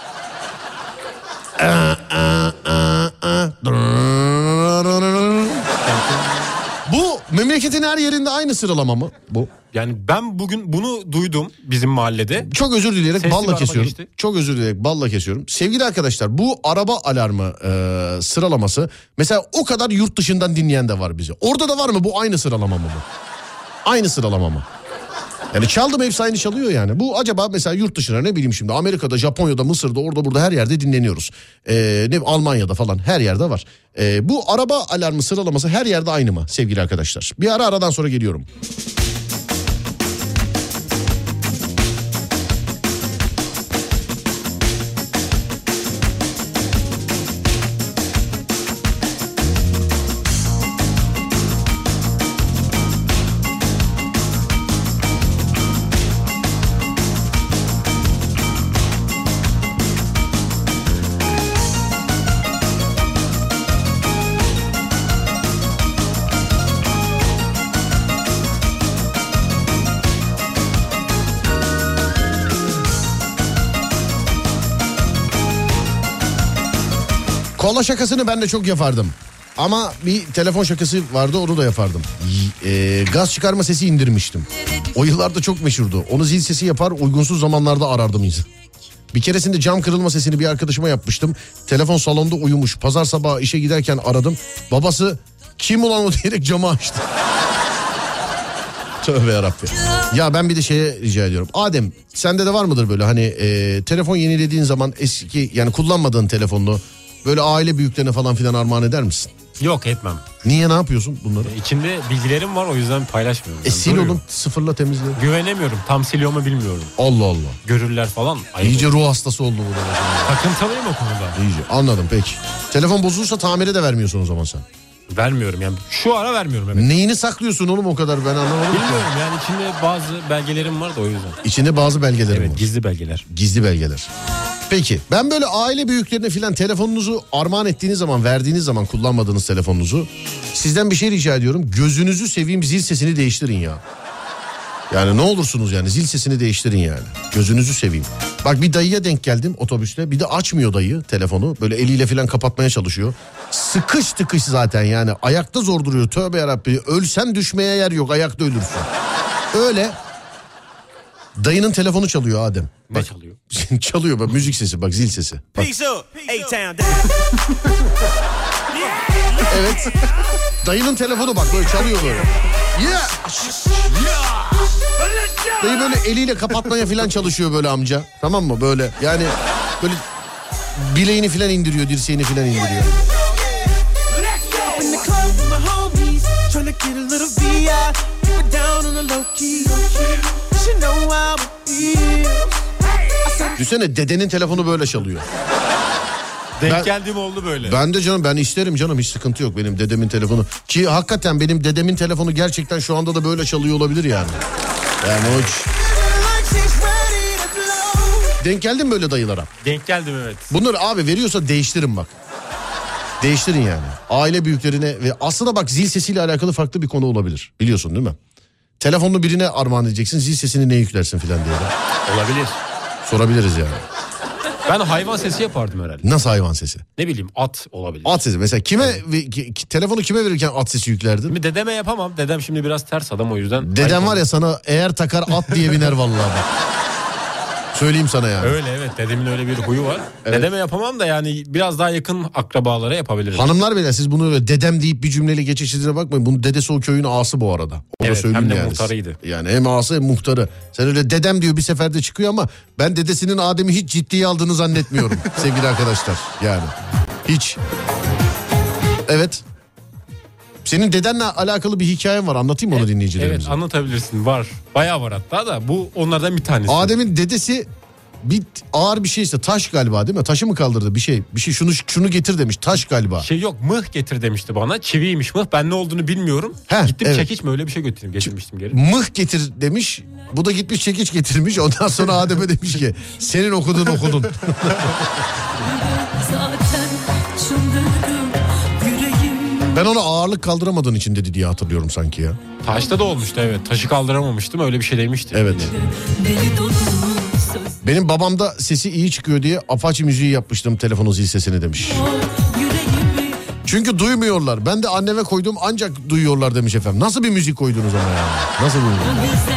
Bu memleketin her yerinde aynı sıralama mı bu? Yani ben bugün bunu duydum bizim mahallede. Çok özür dileyerek Sesli bir balla araba kesiyorum. geçti. Çok özür dileyerek balla kesiyorum. Sevgili arkadaşlar, bu araba alarmı sıralaması mesela o kadar yurt dışından dinleyen de var bizi. Orada da var mı bu, aynı sıralama mı bu? Aynı sıralama mı? Yani çaldım, hepsi aynı çalıyor yani. Bu acaba mesela yurt dışına, ne bileyim şimdi Amerika'da, Japonya'da, Mısır'da, orada burada her yerde dinleniyoruz. Ne Almanya'da falan her yerde var. Bu araba alarmı sıralaması her yerde aynı mı sevgili arkadaşlar? Bir aradan sonra geliyorum. Kola şakasını ben de çok yapardım. Ama bir telefon şakası vardı, onu da yapardım. Gaz çıkarma sesi indirmiştim. O yıllarda çok meşhurdu. Onu zil sesi yapar, uygunsuz zamanlarda arardım insan. Bir keresinde cam kırılma sesini bir arkadaşıma yapmıştım. Telefon salonda uyumuş. Pazar sabahı işe giderken aradım. Babası kim ulan o diyerek camı açtı. Tövbe yarabbim. Ya ben bir de şeye rica ediyorum. Adem, sende de var mıdır böyle hani telefon yenilediğin zaman eski, yani kullanmadığın telefonunu böyle aile büyüklerine falan filan armağan eder misin? Yok, etmem. Niye, ne yapıyorsun bunları? İçinde bilgilerim var, o yüzden paylaşmıyorum. Sil oğlum, sıfırla, temizle. Güvenemiyorum, tam siliyor mu bilmiyorum. Allah Allah. Görürler falan. Ayıp İyice olur. ruh hastası oldu bu da. Takıntılıyım o konuda. İyice, anladım peki. Telefon bozulursa tamire de vermiyorsun o zaman sen. Vermiyorum yani, şu ara vermiyorum, evet. Neyini saklıyorsun oğlum o kadar, ben anlamadım. Bilmiyorum yani, içinde bazı belgelerim var da o yüzden. İçinde bazı belgelerim Evet, var. gizli belgeler. Gizli belgeler. Peki ben böyle aile büyüklerine filan telefonunuzu armağan ettiğiniz zaman, verdiğiniz zaman, kullanmadığınız telefonunuzu, sizden bir şey rica ediyorum. Gözünüzü seveyim, zil sesini değiştirin ya. Yani ne olursunuz yani, zil sesini değiştirin yani. Gözünüzü seveyim. Bak bir dayıya denk geldim otobüste. Bir de açmıyor dayı telefonu. Böyle eliyle filan kapatmaya çalışıyor. Sıkış tıkış zaten yani. Ayakta zor duruyor. Tövbe yarabbim. Ölsen düşmeye yer yok. Ayakta ölürsün. Öyle. Dayının telefonu çalıyor Adem. Ne Bak, çalıyor? çalıyor bak, müzik sesi, bak zil sesi. Bak. Evet. Dayının telefonu bak böyle çalıyor böyle. Yeah. Dayı böyle eliyle kapatmaya falan çalışıyor böyle amca. Tamam mı böyle, yani böyle bileğini falan indiriyor, dirseğini falan indiriyor. Düşünsene, dedenin telefonu böyle çalıyor. Denk geldiğim oldu böyle. Ben de canım, ben isterim canım, hiç sıkıntı yok benim dedemin telefonu. Ki hakikaten benim dedemin telefonu gerçekten şu anda da böyle çalıyor olabilir yani. Yani o hiç... Denk geldin böyle dayılara? Denk geldim, evet. Bunları abi veriyorsa değiştirin bak. Değiştirin yani. Aile büyüklerine ve aslında bak, zil sesiyle alakalı farklı bir konu olabilir. Biliyorsun değil mi? Telefonunu birine armağan edeceksin, zil sesini ne yüklersin filan diye de. Olabilir. Sorabiliriz yani. Ben hayvan sesi yapardım herhalde. Nasıl hayvan sesi? Ne bileyim, at olabilir. At sesi. Mesela kime telefonu kime verirken at sesi yüklerdin? Şimdi dedeme yapamam. Dedem şimdi biraz ters adam, o yüzden. Dedem var ya, sana eğer takar at diye biner vallahi bak. Söyleyeyim sana yani. Öyle, evet, dedemin öyle bir huyu var. Evet. Dedeme yapamam da yani biraz daha yakın akrabalara yapabilirim. Hanımlar beyler, siz bunu öyle dedem deyip bir cümleyle geçiştirdiğine bakmayın. Bunun dedesi o köyün ağası bu arada. Onu Evet, da söyleyeyim hem de yani. muhtarıydı. Yani hem ağası hem muhtarı. Sen öyle dedem diyor bir seferde çıkıyor ama ben dedesinin Adem'i hiç ciddiye aldığını zannetmiyorum sevgili arkadaşlar. Yani hiç. Evet. Senin dedenle alakalı bir hikayen var, anlatayım mı onu dinleyicilerimize? Evet, anlatabilirsin, var. Bayağı var hatta da, bu onlardan bir tanesi. Adem'in dedesi bir ağır bir şeyse, taş galiba değil mi? Taşı mı kaldırdı bir şey şunu getir demiş, taş galiba. Yok, mıh getir demişti bana, çiviymiş mıh, ben ne olduğunu bilmiyorum. Gittim evet. Çekiç mi, öyle bir şey getirmiştim geri. Mıh getir demiş, bu da gitmiş çekiç getirmiş, ondan sonra Adem'e demiş ki senin okudun. Zaten çıldırdım yüreğim. Ben ona ağırlık kaldıramadığın için dedi diye hatırlıyorum sanki ya. Taşta da olmuştu, evet, taşı kaldıramamıştım, öyle bir şey demişti. Evet. Deli dolu Benim babamda sesi iyi çıkıyor diye Apache müziği yapmıştım telefonun zil sesini demiş. Çünkü duymuyorlar. Ben de anneme koydum ancak duyuyorlar demiş efendim. Nasıl bir müzik koydunuz ona yani? Nasıl bir müzik?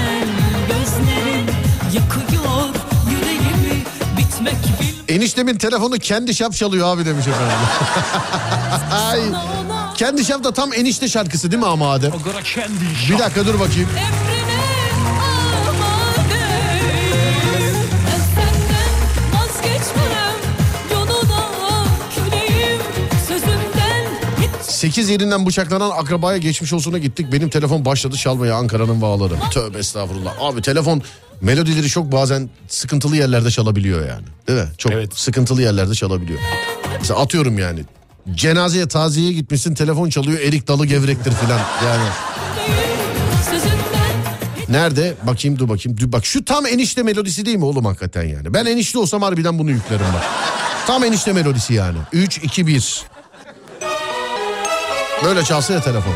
Eniştemin telefonu kendi şap çalıyor abi demiş efendim. Ay, kendi şap da tam enişte şarkısı değil mi ama Adem? Bir dakika dur bakayım. Sekiz yerinden bıçaklanan akrabaya geçmiş olsuna gittik. Benim telefon başladı çalmaya Ankara'nın bağları. Tövbe estağfurullah. Abi telefon melodileri çok bazen sıkıntılı yerlerde çalabiliyor yani. Değil mi? Çok sıkıntılı yerlerde çalabiliyor. Mesela atıyorum yani. Cenazeye taziyeye gitmişsin telefon çalıyor erik dalı gevrektir filan yani. Nerede? Bakayım dur bakayım. Bak şu tam enişte melodisi değil mi oğlum hakikaten yani. Ben enişte olsam harbiden bunu yüklerim bak. Tam enişte melodisi yani. 3, 2, 1. Böyle çalsa ya telefon.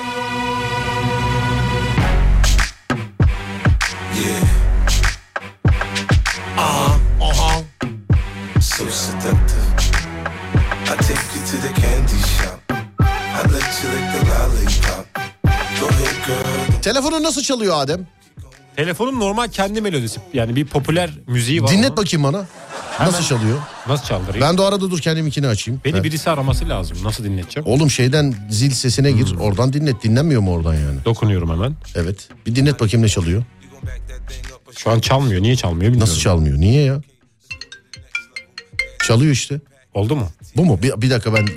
So seductive. I take you to the candy shop. I let you lick the lollipop. Go ahead girl. Telefonun nasıl çalıyor Adem? Telefonum normal kendi melodisi. Yani bir popüler müziği var. Dinlet bakayım bana. Nasıl çalıyor? Nasıl çaldırayım? Ben de arada dur kendiminkini açayım. Beni birisi araması lazım. Nasıl dinleteceğim? Oğlum şeyden zil sesine gir. Oradan dinlet. Dinlenmiyor mu oradan yani? Dokunuyorum hemen. Evet. Bir dinlet bakayım ne çalıyor. Şu an çalmıyor. Niye çalmıyor bilmiyorum. Nasıl çalmıyor? Niye ya? Çalıyor işte. Oldu mu? Bu mu? Bir dakika ben...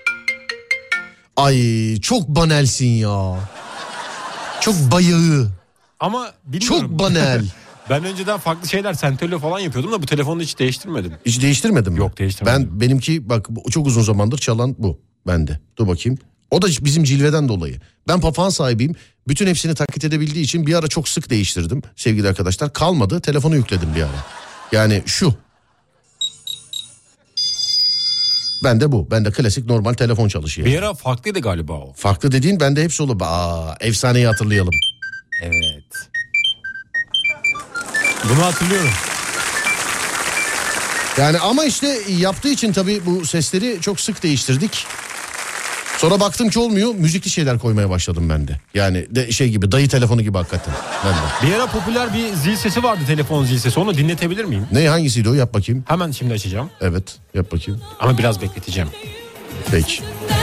Ay çok banalsin ya. Çok bayağı. Ama bilmiyorum. Çok banal. Ben önceden farklı şeyler Centello falan yapıyordum da bu telefonu hiç değiştirmedim. Hiç değiştirmedim mi? Yok değiştirmedim. Benimki bak çok uzun zamandır çalan bu. Bende. Dur bakayım. O da bizim cilveden dolayı. Ben papağan sahibiyim. Bütün hepsini taklit edebildiği için bir ara çok sık değiştirdim sevgili arkadaşlar. Kalmadı. Telefonu yükledim bir ara. Yani şu. Bende bu. Bende klasik normal telefon çalışıyor. Bir ara farklıydı galiba o. Farklı dediğin bende hepsi olur. Efsaneyi hatırlayalım. Evet. Bunu hatırlıyorum. Yani ama işte yaptığı için tabii bu sesleri çok sık değiştirdik. Sonra baktım ki olmuyor. Müzikli şeyler koymaya başladım ben de. Yani şey gibi dayı telefonu gibi hakikaten. Ben de. Bir ara popüler bir zil sesi vardı, telefon zil sesi. Onu dinletebilir miyim? Ne hangisiydi o? Yap bakayım. Hemen şimdi açacağım. Evet yap bakayım. Ama biraz bekleteceğim. Peki.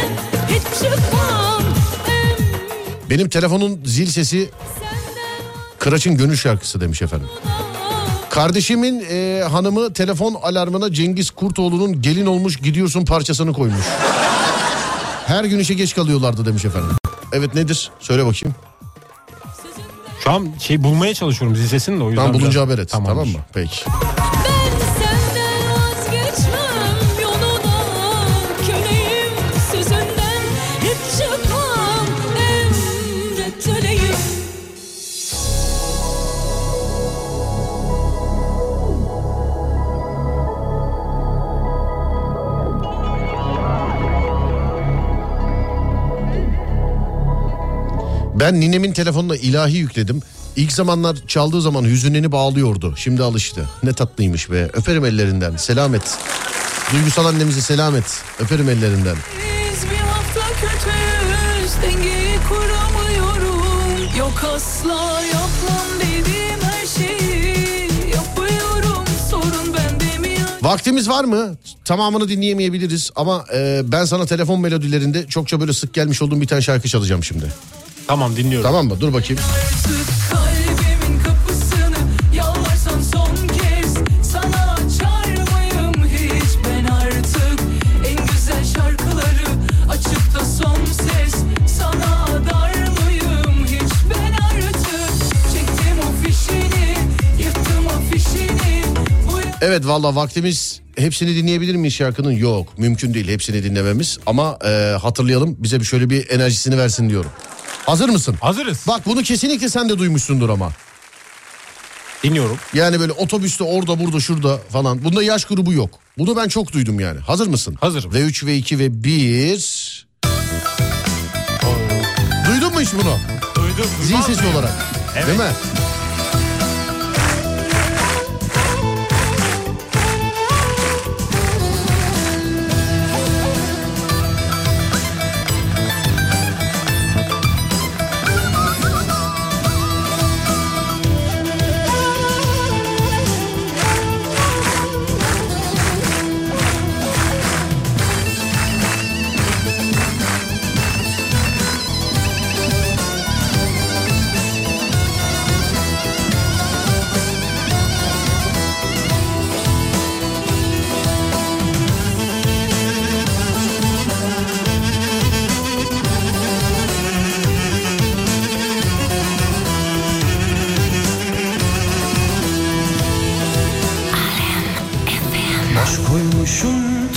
Benim telefonun zil sesi Kıraç'ın Gönül şarkısı demiş efendim. Kardeşimin hanımı telefon alarmına Cengiz Kurtoğlu'nun Gelin Olmuş Gidiyorsun parçasını koymuş. Her gün işe geç kalıyorlardı demiş efendim. Evet nedir? Söyle bakayım. Şu an bulmaya çalışıyorum zil sesini de o yüzden. Tamam bulunca haber et. Tamamdır. Tamam mı? Peki. Ben ninemin telefonuna ilahi yükledim. İlk zamanlar çaldığı zaman hüzünlenip ağlıyordu. Şimdi alıştı. Ne tatlıymış be. Öperim ellerinden. Selamet. Duygusal annemizi selamet. Öperim ellerinden. Biz bir hafta kötüyüz. Dengeyi kuramıyorum. Yok asla yapmam dediğim her şeyi yapıyorum. Sorun bende mi? Vaktimiz var mı? Tamamını dinleyemeyebiliriz. Ama ben sana telefon melodilerinde çokça böyle sık gelmiş olduğum bir tane şarkı çalacağım şimdi. Tamam dinliyorum. Tamam mı? Dur bakayım. Kalbimin kapısını yalvarsan son kez sana açar mıyım hiç ben artık en güzel şarkıları açıp da son ses sana dar mıyım hiç ben artık çektim o fişini yırttım o fişini. Evet valla vaktimiz hepsini dinleyebilir miyiz şarkının? Yok mümkün değil hepsini dinlememiz ama hatırlayalım bize şöyle bir enerjisini versin diyorum. Hazır mısın? Hazırız. Bak bunu kesinlikle sen de duymuşsundur ama. Dinliyorum. Yani böyle otobüste orada burada şurada falan. Bunda yaş grubu yok. Bunu ben çok duydum yani. Hazır mısın? Hazırım. Ve 3 ve 2 ve 1. Duydun mu hiç bunu? Duydum. Zil sesi olarak. Evet. Değil mi?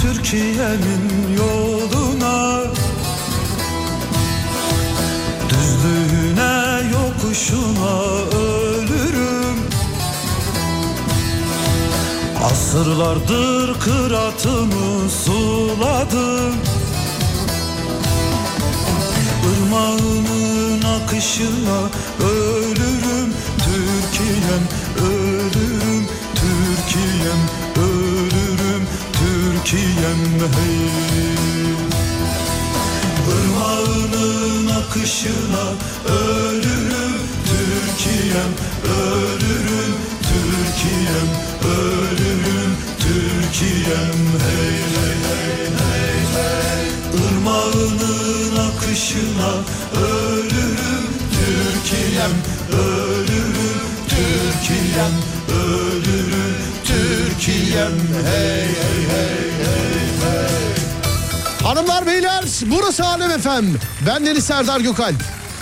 Türkiye'nin yoluna, düzlüğüne yokuşuna ölürüm. Asırlardır kıratımı suladım, Irmağının akışına ölürüm. Türkiye'm ölürüm, Türkiye'm ölürüm, Türkiye'm hey. Irmağının akışına ölürüm, Türkiye'm ölürüm, Türkiye'm ölürüm, Türkiye'm hey hey hey hey hey. Irmağının akışına ölürüm, Türkiye'm ölürüm, Türkiye'm ölürüm, Türkiye'm hey hey hey hey hey. Hanımlar beyler, burası Alem FM. Ben Deniz Serdar Gökalp.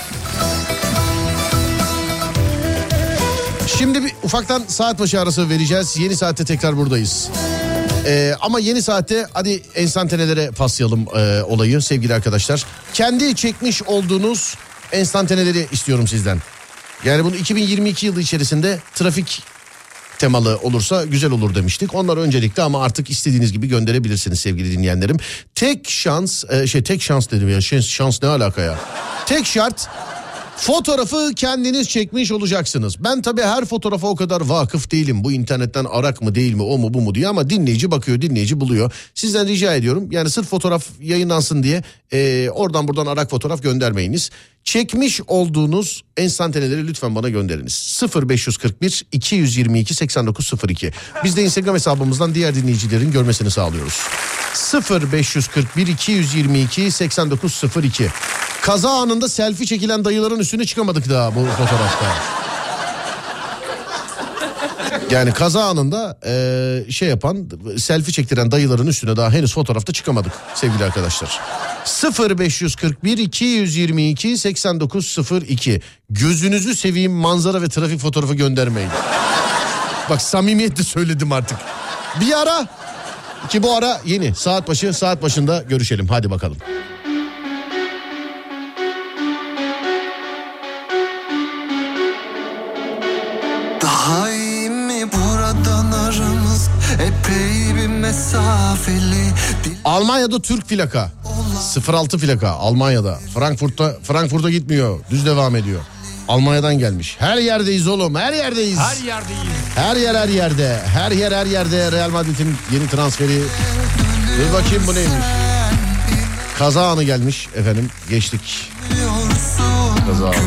Şimdi bir ufaktan saat başı arası vereceğiz. Yeni saatte tekrar buradayız. Ama yeni saatte hadi enstantanelere paslayalım olayı sevgili arkadaşlar. Kendi çekmiş olduğunuz enstantaneleri istiyorum sizden. Yani bunu 2022 yılı içerisinde trafik temalı olursa güzel olur demiştik. Onlar öncelikli ama artık istediğiniz gibi gönderebilirsiniz sevgili dinleyenlerim. Tek şans dedim ya, şans ne alaka ya? Tek şart, fotoğrafı kendiniz çekmiş olacaksınız. Ben tabii her fotoğrafa o kadar vakıf değilim. Bu internetten arak mı değil mi, o mu bu mu diye, ama dinleyici bakıyor, dinleyici buluyor. Sizden rica ediyorum, yani sırf fotoğraf yayınlansın diye oradan buradan arak fotoğraf göndermeyiniz. Çekmiş olduğunuz enstantaneleri lütfen bana gönderiniz. 0541 222 8902. Biz de Instagram hesabımızdan diğer dinleyicilerin görmesini sağlıyoruz. 0541 222 8902. Kaza anında selfie çekilen dayıların üstüne çıkamadık daha bu fotoğrafta. Yani kaza anında selfie çektiren dayıların üstüne daha henüz fotoğrafta çıkamadık sevgili arkadaşlar. 0541 222 8902. Gözünüzü seveyim, manzara ve trafik fotoğrafı göndermeyin. Bak samimiyetle söyledim artık. Bir ara ki bu ara yeni saat başında görüşelim, hadi bakalım. Daha iyi mi buradan aramız epey bir mesafeli. Almanya'da Türk plaka 06 plaka Almanya'da, Frankfurt'a gitmiyor, düz devam ediyor. Almanya'dan gelmiş. Her yerdeyiz oğlum, her yerdeyiz. Her yerde Real Madrid'in yeni transferi. Dur bakayım bu neymiş. Kaza anı gelmiş efendim, geçtik. Kaza anı.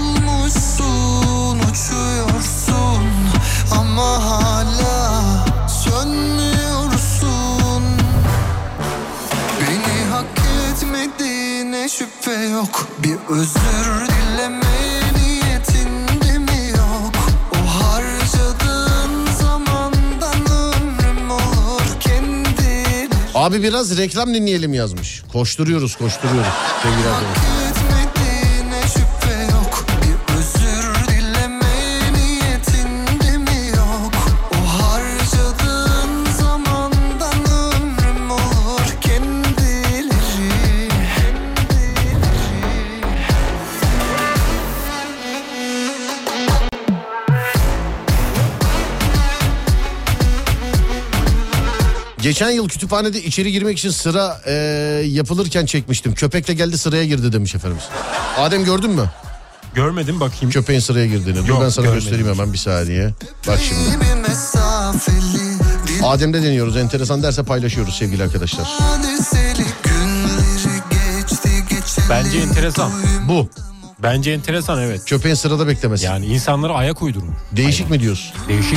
Uçuyorsun ama hala sönmüyorsun. Beni hak etmediğine şüphe yok. Bir özür dileme niyetinde mi yok? O harcadığın zamandan ömrüm olur kendileri. Abi biraz reklam dinleyelim yazmış. Koşturuyoruz sevgili arkadaşlar. Geçen yıl kütüphanede içeri girmek için sıra yapılırken çekmiştim. Köpekle geldi sıraya girdi demiş efendimiz. Adem gördün mü? Görmedim, bakayım. Köpeğin sıraya girdiğini. Dur ben sana göstereyim hemen bir saniye. Bak şimdi. Adem'de deniyoruz, enteresan derse paylaşıyoruz sevgili arkadaşlar. Bence enteresan. Bu. Bence enteresan, evet. Köpeğin sırada beklemesi. Yani insanlara ayak uydurmuş. Değişik mi diyorsun? Değişik.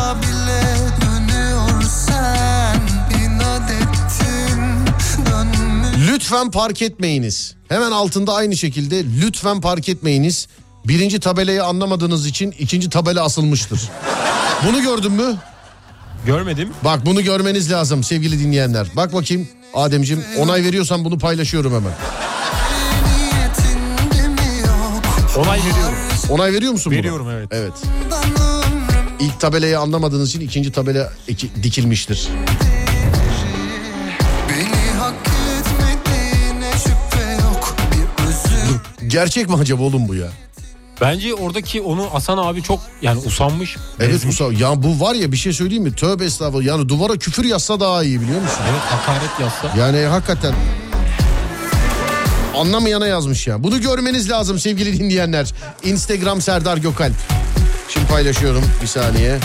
Lütfen park etmeyiniz. Hemen altında aynı şekilde lütfen park etmeyiniz. Birinci tabelayı anlamadığınız için ikinci tabela asılmıştır. Bunu gördün mü? Görmedim. Bak bunu görmeniz lazım sevgili dinleyenler. Bak bakayım Ademciğim, onay veriyorsan bunu paylaşıyorum hemen. Onay veriyorum. Onay veriyor musun buna? Veriyorum, evet. Evet. İlk tabelayı anlamadığınız için ikinci tabela dikilmiştir. Gerçek mi acaba oğlum bu ya? Bence oradaki onu asan abi çok yani usanmış. Evet ya bu var ya bir şey söyleyeyim mi? Tövbe estağfurullah. Yani duvara küfür yazsa daha iyi biliyor musun? Evet, hakaret yazsa. Yani hakikaten anlamayana yazmış ya. Bunu görmeniz lazım sevgili dinleyenler. Instagram Serdar Gökalp. Şimdi paylaşıyorum bir saniye.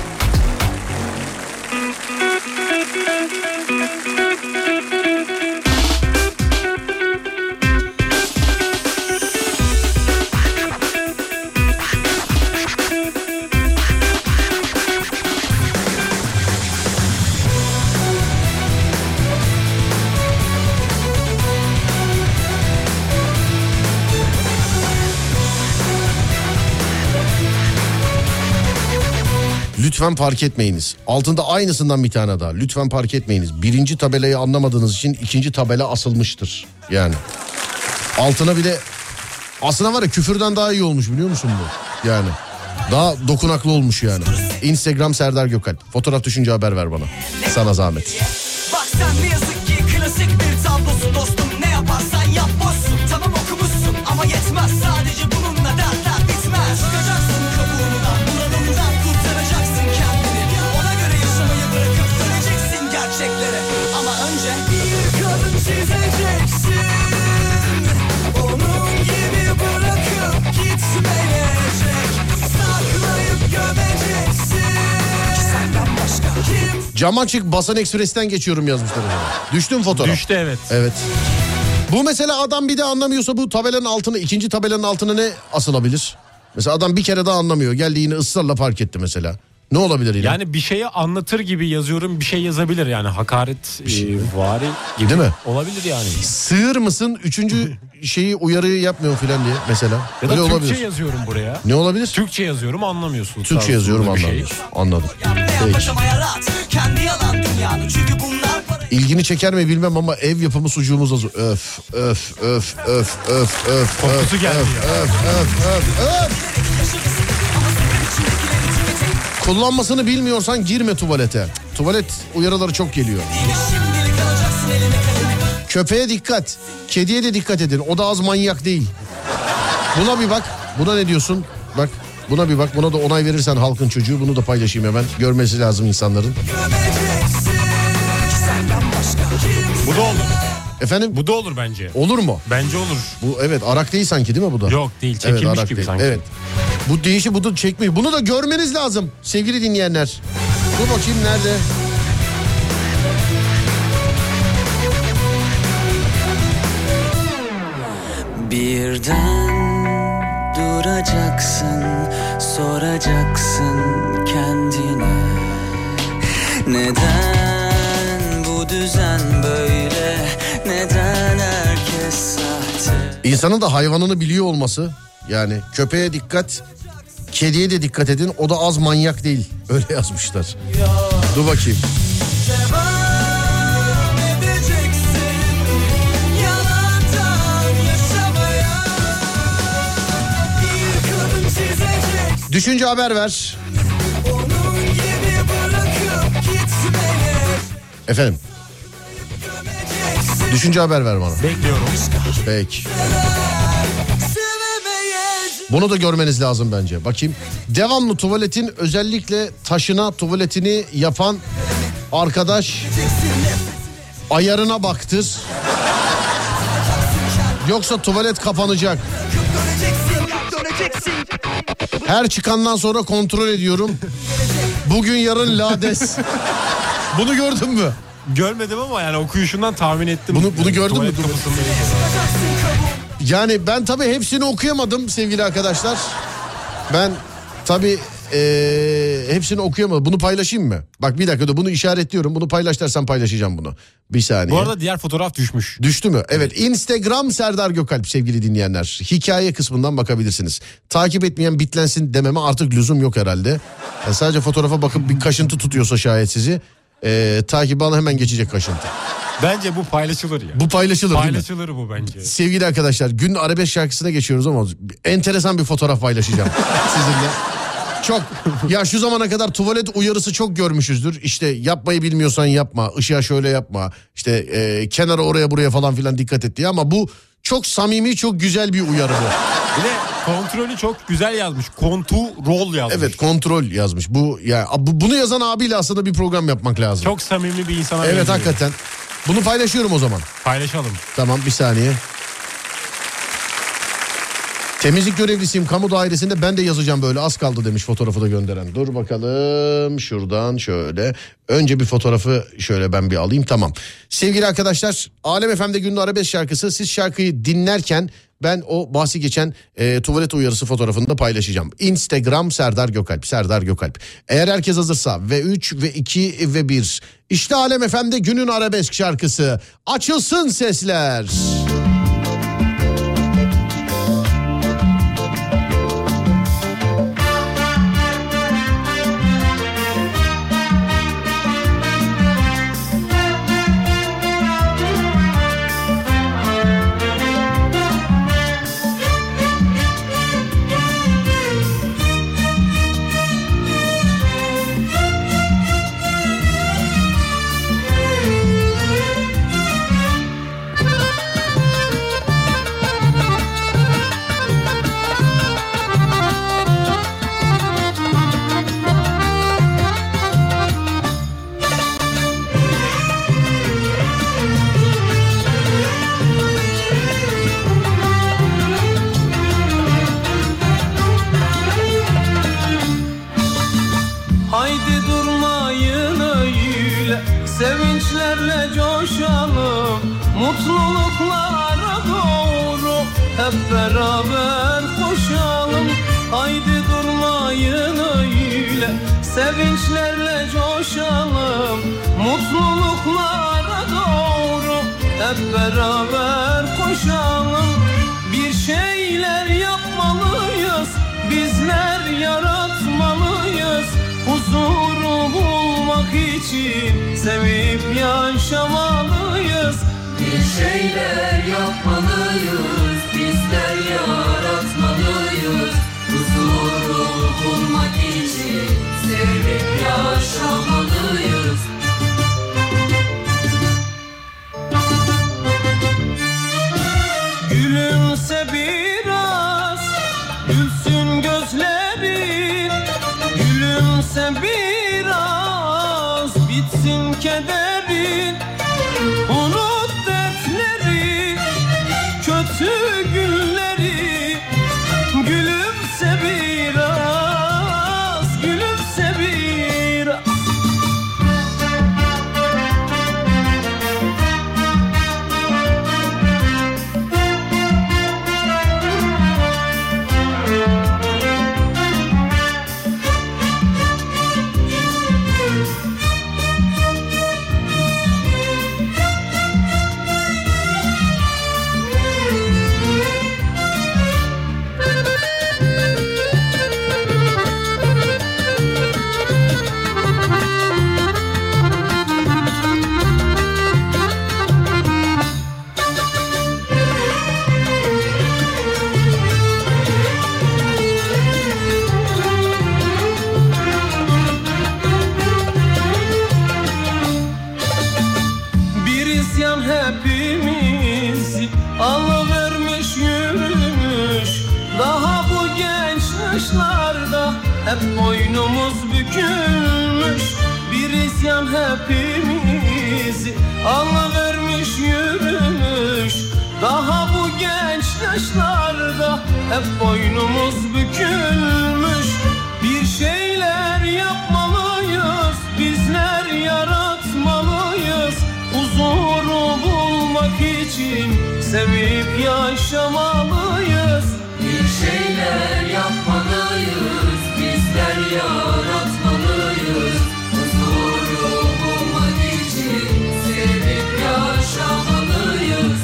Lütfen park etmeyiniz. Altında aynısından bir tane daha. Lütfen park etmeyiniz. Birinci tabelayı anlamadığınız için ikinci tabela asılmıştır. Yani. Altına bir de aslında var ya küfürden daha iyi olmuş biliyor musun bu? Yani. Daha dokunaklı olmuş yani. Instagram Serdar Gökalp. Fotoğraf düşünce haber ver bana. Sana zahmet. Bak sen ne yazık ki klasik bir tablosun dostum. Ne yaparsan yap boşsun. Tamam okumuşsun ama yetmez. Sadece bununla dertler bitmez. Çıkacaksın kabuğundan, bunalımdan kurtaracaksın kendini. Ona göre yaşamayı bırakıp döneceksin gerçeklere. Ama önce bir kadın çizeceksin. Onun gibi bırakıp gitmeyecek. Saklayıp gömeceksin. Senden başka kim? Cam açık Basan Ekspres'ten geçiyorum yazmışlar. Düştü mü fotoğraf? Düştü evet. Evet. Bu mesela adam bir de anlamıyorsa bu tabelanın altına, ikinci tabelanın altına ne asılabilir? Mesela adam bir kere daha anlamıyor. Geldi yine ısrarla park etti mesela. Ne olabilir yine? Yani bir şeyi anlatır gibi yazıyorum, bir şey yazabilir yani hakaret vari gibi. Değil mi? Olabilir yani. Sığır mısın? Üçüncü şeyi uyarıyı yapmıyor filan diye mesela. Ya da Öyle Türkçe olabilir. yazıyorum buraya. Ne olabilir? Türkçe yazıyorum anlamıyorsun. Türkçe yazıyorum anlamıyorsun. Anladım. Peki. Kendi yalan dünyanı çünkü bunlar para. İlgini çeker mi bilmem ama ev yapımı sucuğumuz hazır. Öf öf öf öf öf öf. Kokusu geldi ya. Öf öf öf öf. Kullanmasını bilmiyorsan girme tuvalete. Tuvalet uyarıları çok geliyor. Köpeğe dikkat. Kediye de dikkat edin. O da az manyak değil. Buna bir bak. Buna ne diyorsun? Bak. Buna bir bak. Buna da onay verirsen halkın çocuğu. Bunu da paylaşayım hemen. Görmesi lazım insanların. Bu da olur. Efendim? Bu da olur bence. Olur mu? Bence olur. Bu evet Arak değil sanki değil mi bu da? Yok değil, çekilmiş Arak gibi değil. sanki. Evet. Bu değişi bu da çekmiş. Bunu da görmeniz lazım sevgili dinleyenler. Dur bakayım nerede? Birden duracaksın, soracaksın kendine. Neden bu düzen böyle? Neden herkes sahte? İnsanın da hayvanını biliyor olması. Yani köpeğe dikkat, kediye de dikkat edin. O da az manyak değil. Öyle yazmışlar. Dur bakayım. Düşünce haber ver. Efendim. Düşünce haber ver bana. Bekliyorum. Peki. Bunu da görmeniz lazım bence. Bakayım. Devamlı tuvaletin özellikle taşına tuvaletini yapan arkadaş ayarına baktır. Yoksa tuvalet kapanacak. Her çıkandan sonra kontrol ediyorum. Bugün yarın lades. Bunu gördün mü? Görmedim ama yani okuyuşundan tahmin ettim. Bunu gördün mü? Tuvalet kapısında. Yani ben tabii hepsini okuyamadım sevgili arkadaşlar. Ben tabii hepsini okuyamadım. Bunu paylaşayım mı? Bak bir dakika da bunu işaretliyorum. Bunu paylaş dersen paylaşacağım bunu. Bir saniye. Bu arada diğer fotoğraf düşmüş. Düştü mü? Evet. Instagram Serdar Gökalp sevgili dinleyenler. Hikaye kısmından bakabilirsiniz. Takip etmeyen bitlensin dememe artık lüzum yok herhalde. Yani sadece fotoğrafa bakıp bir kaşıntı tutuyorsa şayet sizi takibi alın hemen geçecek kaşıntı. Bence bu paylaşılır ya. Bu paylaşılır değil mi? Paylaşılır bu bence. Sevgili arkadaşlar gün arabesk şarkısına geçiyoruz ama enteresan bir fotoğraf paylaşacağım sizinle. Çok ya şu zamana kadar tuvalet uyarısı çok görmüşüzdür. İşte yapmayı bilmiyorsan yapma, ışığa şöyle yapma. İşte kenara oraya buraya falan filan dikkat et diye ama bu Çok samimi, çok güzel bir uyarı bu. Bir de kontrolü çok güzel yazmış. Kontrol yazmış. Evet, kontrol yazmış. Bunu yazan abiyle aslında bir program yapmak lazım. Çok samimi bir insana Evet, benziyor. hakikaten. Bunu paylaşıyorum o zaman. Paylaşalım. Tamam, bir saniye. Temizlik görevlisiyim kamu dairesinde, ben de yazacağım böyle, az kaldı demiş fotoğrafı da gönderen. Dur bakalım şuradan şöyle. Önce bir fotoğrafı şöyle ben bir alayım, tamam. Sevgili arkadaşlar, Alem FM'de Günlü Arabesk şarkısı, siz şarkıyı dinlerken ben o bahsi geçen tuvalet uyarısı fotoğrafını da paylaşacağım. Instagram Serdar Gökalp, Serdar Gökalp. Eğer herkes hazırsa ve 3 ve 2 ve 1. İşte Alem FM'de Günün Arabesk şarkısı. Açılsın sesler. Sevinçlerle coşalım, mutluluklara doğru hep beraber koşalım. Haydi durmayın öyle, sevinçlerle coşalım, mutluluklara doğru hep beraber koşalım. Bir şeyler yapmalıyız, bizler yaratmalıyız. Huzuru bulmak için sevip yaşamalıyız. Bir şeyler yapmalıyız, bizler yaratmalıyız. Huzuru bulmak için sevip yaşamalıyız. Gülümse biraz, gülsün gözlerin. Gülümse biraz, bitsin kederin. Unut dertleri, kötü günleri. Gülümse biraz, gülümse biraz. Hepimizi alıvermiş yürümüş. Daha bu genç yaşlarda hep boynumuz bükülmüş. Bir isyan hepimizi alıvermiş yürümüş. Daha bu genç yaşlarda hep boynumuz bükülmüş. Bir şeyler yapmalıyız, bizler yaratmalıyız. Huzuru bulmak için sevip yaşamalıyız. Bir şeyler yapmalıyız, bizler yaratmalıyız. Huzuru bulmak için sevip yaşamalıyız.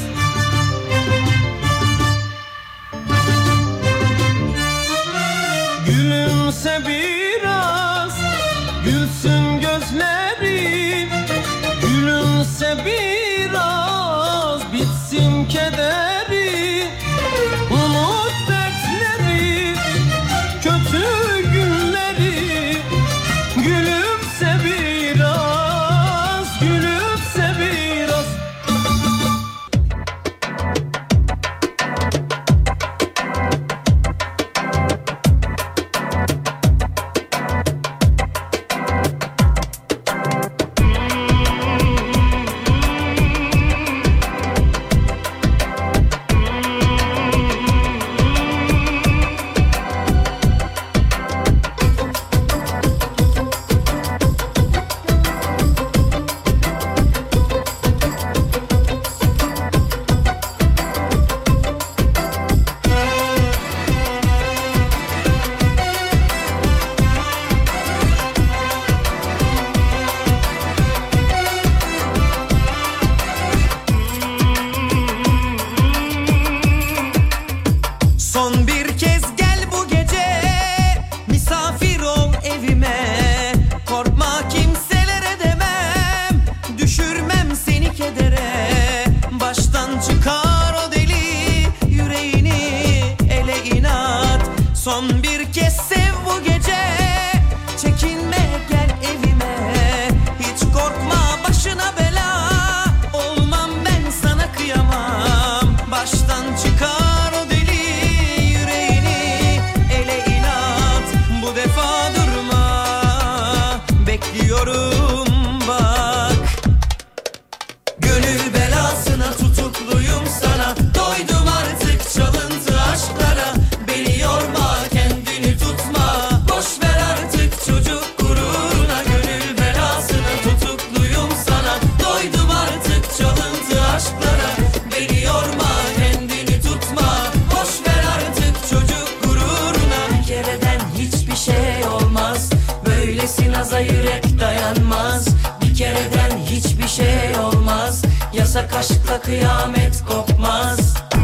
Gülümse biraz, gülsün gözlerin. Gülümse biraz, bitsin kederi. Unut dertleri, kötü günleri. Yasak aşkla kıyamet kopmaz.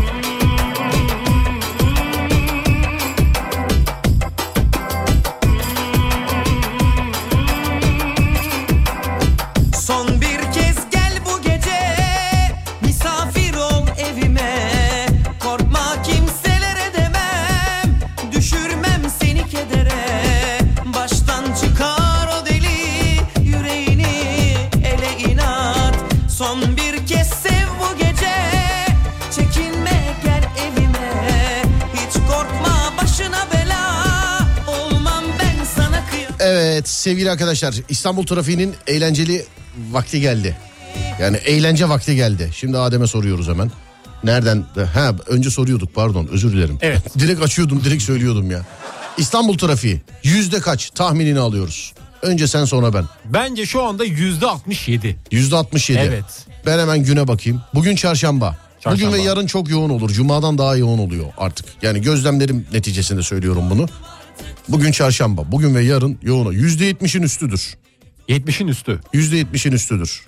Son bir kez gel bu gece, misafir ol evime. Korkma kimselere demem, düşürmem seni kedere. Baştan çıkar o deli yüreğini ele inat. Son bir kez sev bu gece, çekinme gel evime. Hiç korkma başına bela, olmam ben sana kıyam. Evet sevgili arkadaşlar, İstanbul trafiğinin eğlenceli vakti geldi. Yani eğlence vakti geldi. Şimdi Adem'e soruyoruz hemen. Nereden? Ha, önce soruyorduk, pardon, özür dilerim. Evet. Direkt açıyordum, direkt söylüyordum ya. İstanbul trafiği yüzde kaç tahminini alıyoruz? Önce sen sonra ben. Bence şu anda %67. %67. Evet. Ben hemen güne bakayım. Bugün çarşamba. Bugün ve yarın çok yoğun olur. Cuma'dan daha yoğun oluyor artık. Yani gözlemlerim neticesinde söylüyorum bunu. Bugün çarşamba. Bugün ve yarın yoğun. %70'in üstüdür. 70'in üstü. %70'in üstüdür.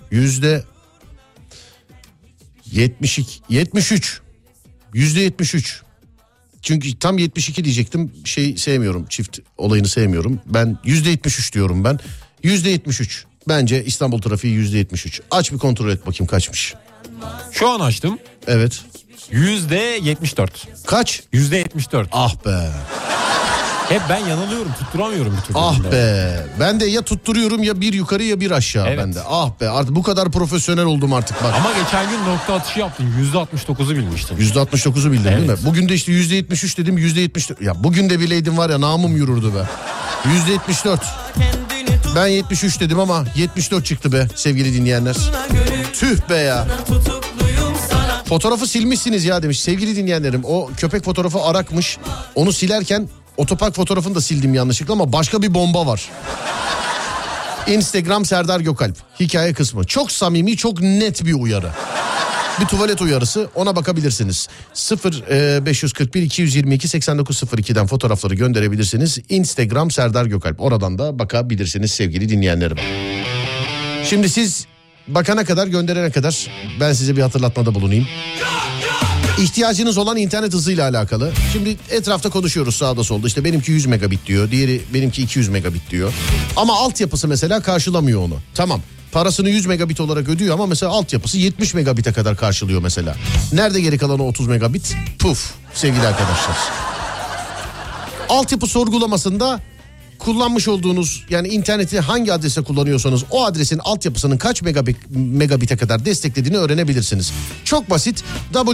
%72, 73. %73. Çünkü tam 72 diyecektim. Sevmiyorum. Çift olayını sevmiyorum. Ben %73 diyorum ben. %73. Bence İstanbul trafiği %73. Aç bir kontrol et bakayım kaçmış. Şu an açtım. Evet. %74. Kaç? %74. Ah be. Hep ben yanılıyorum, tutturamıyorum bir türlü. Ah be. Ben de ya tutturuyorum ya bir yukarı ya bir aşağı Evet. bende. Ah be. Artık bu kadar profesyonel oldum artık bak. Ama geçen gün nokta atışı yaptın. %69'u bilmiştin. %69'u bildin değil mi? Evet. Bugün de işte %73 dedim, %74. Ya bugün de bileydim var ya, namım yürürdü be. %74. Ben 73 dedim ama 74 çıktı be sevgili dinleyenler. Tüh be ya. Fotoğrafı silmişsiniz ya demiş sevgili dinleyenlerim. O köpek fotoğrafı arakmış. Onu silerken otopark fotoğrafını da sildim yanlışlıkla ama başka bir bomba var. Instagram Serdar Gökalp. Hikaye kısmı. Çok samimi, çok net bir uyarı. Bir tuvalet uyarısı, ona bakabilirsiniz. 0541 222 8902'den fotoğrafları gönderebilirsiniz. Instagram Serdar Gökalp. Oradan da bakabilirsiniz sevgili dinleyenlerim. Şimdi siz bakana kadar, gönderene kadar ben size bir hatırlatmada bulunayım. İhtiyacınız olan internet hızıyla alakalı. Şimdi etrafta konuşuyoruz sağda solda. İşte benimki 100 megabit diyor. Diğeri benimki 200 megabit diyor. Ama altyapısı mesela karşılamıyor onu. Tamam. Parasını 100 megabit olarak ödüyor ama mesela altyapısı 70 megabite kadar karşılıyor mesela. Nerede geri kalan o 30 megabit? Puf sevgili arkadaşlar. Altyapı sorgulamasında kullanmış olduğunuz, yani interneti hangi adrese kullanıyorsanız o adresin altyapısının kaç megabite kadar desteklediğini öğrenebilirsiniz. Çok basit.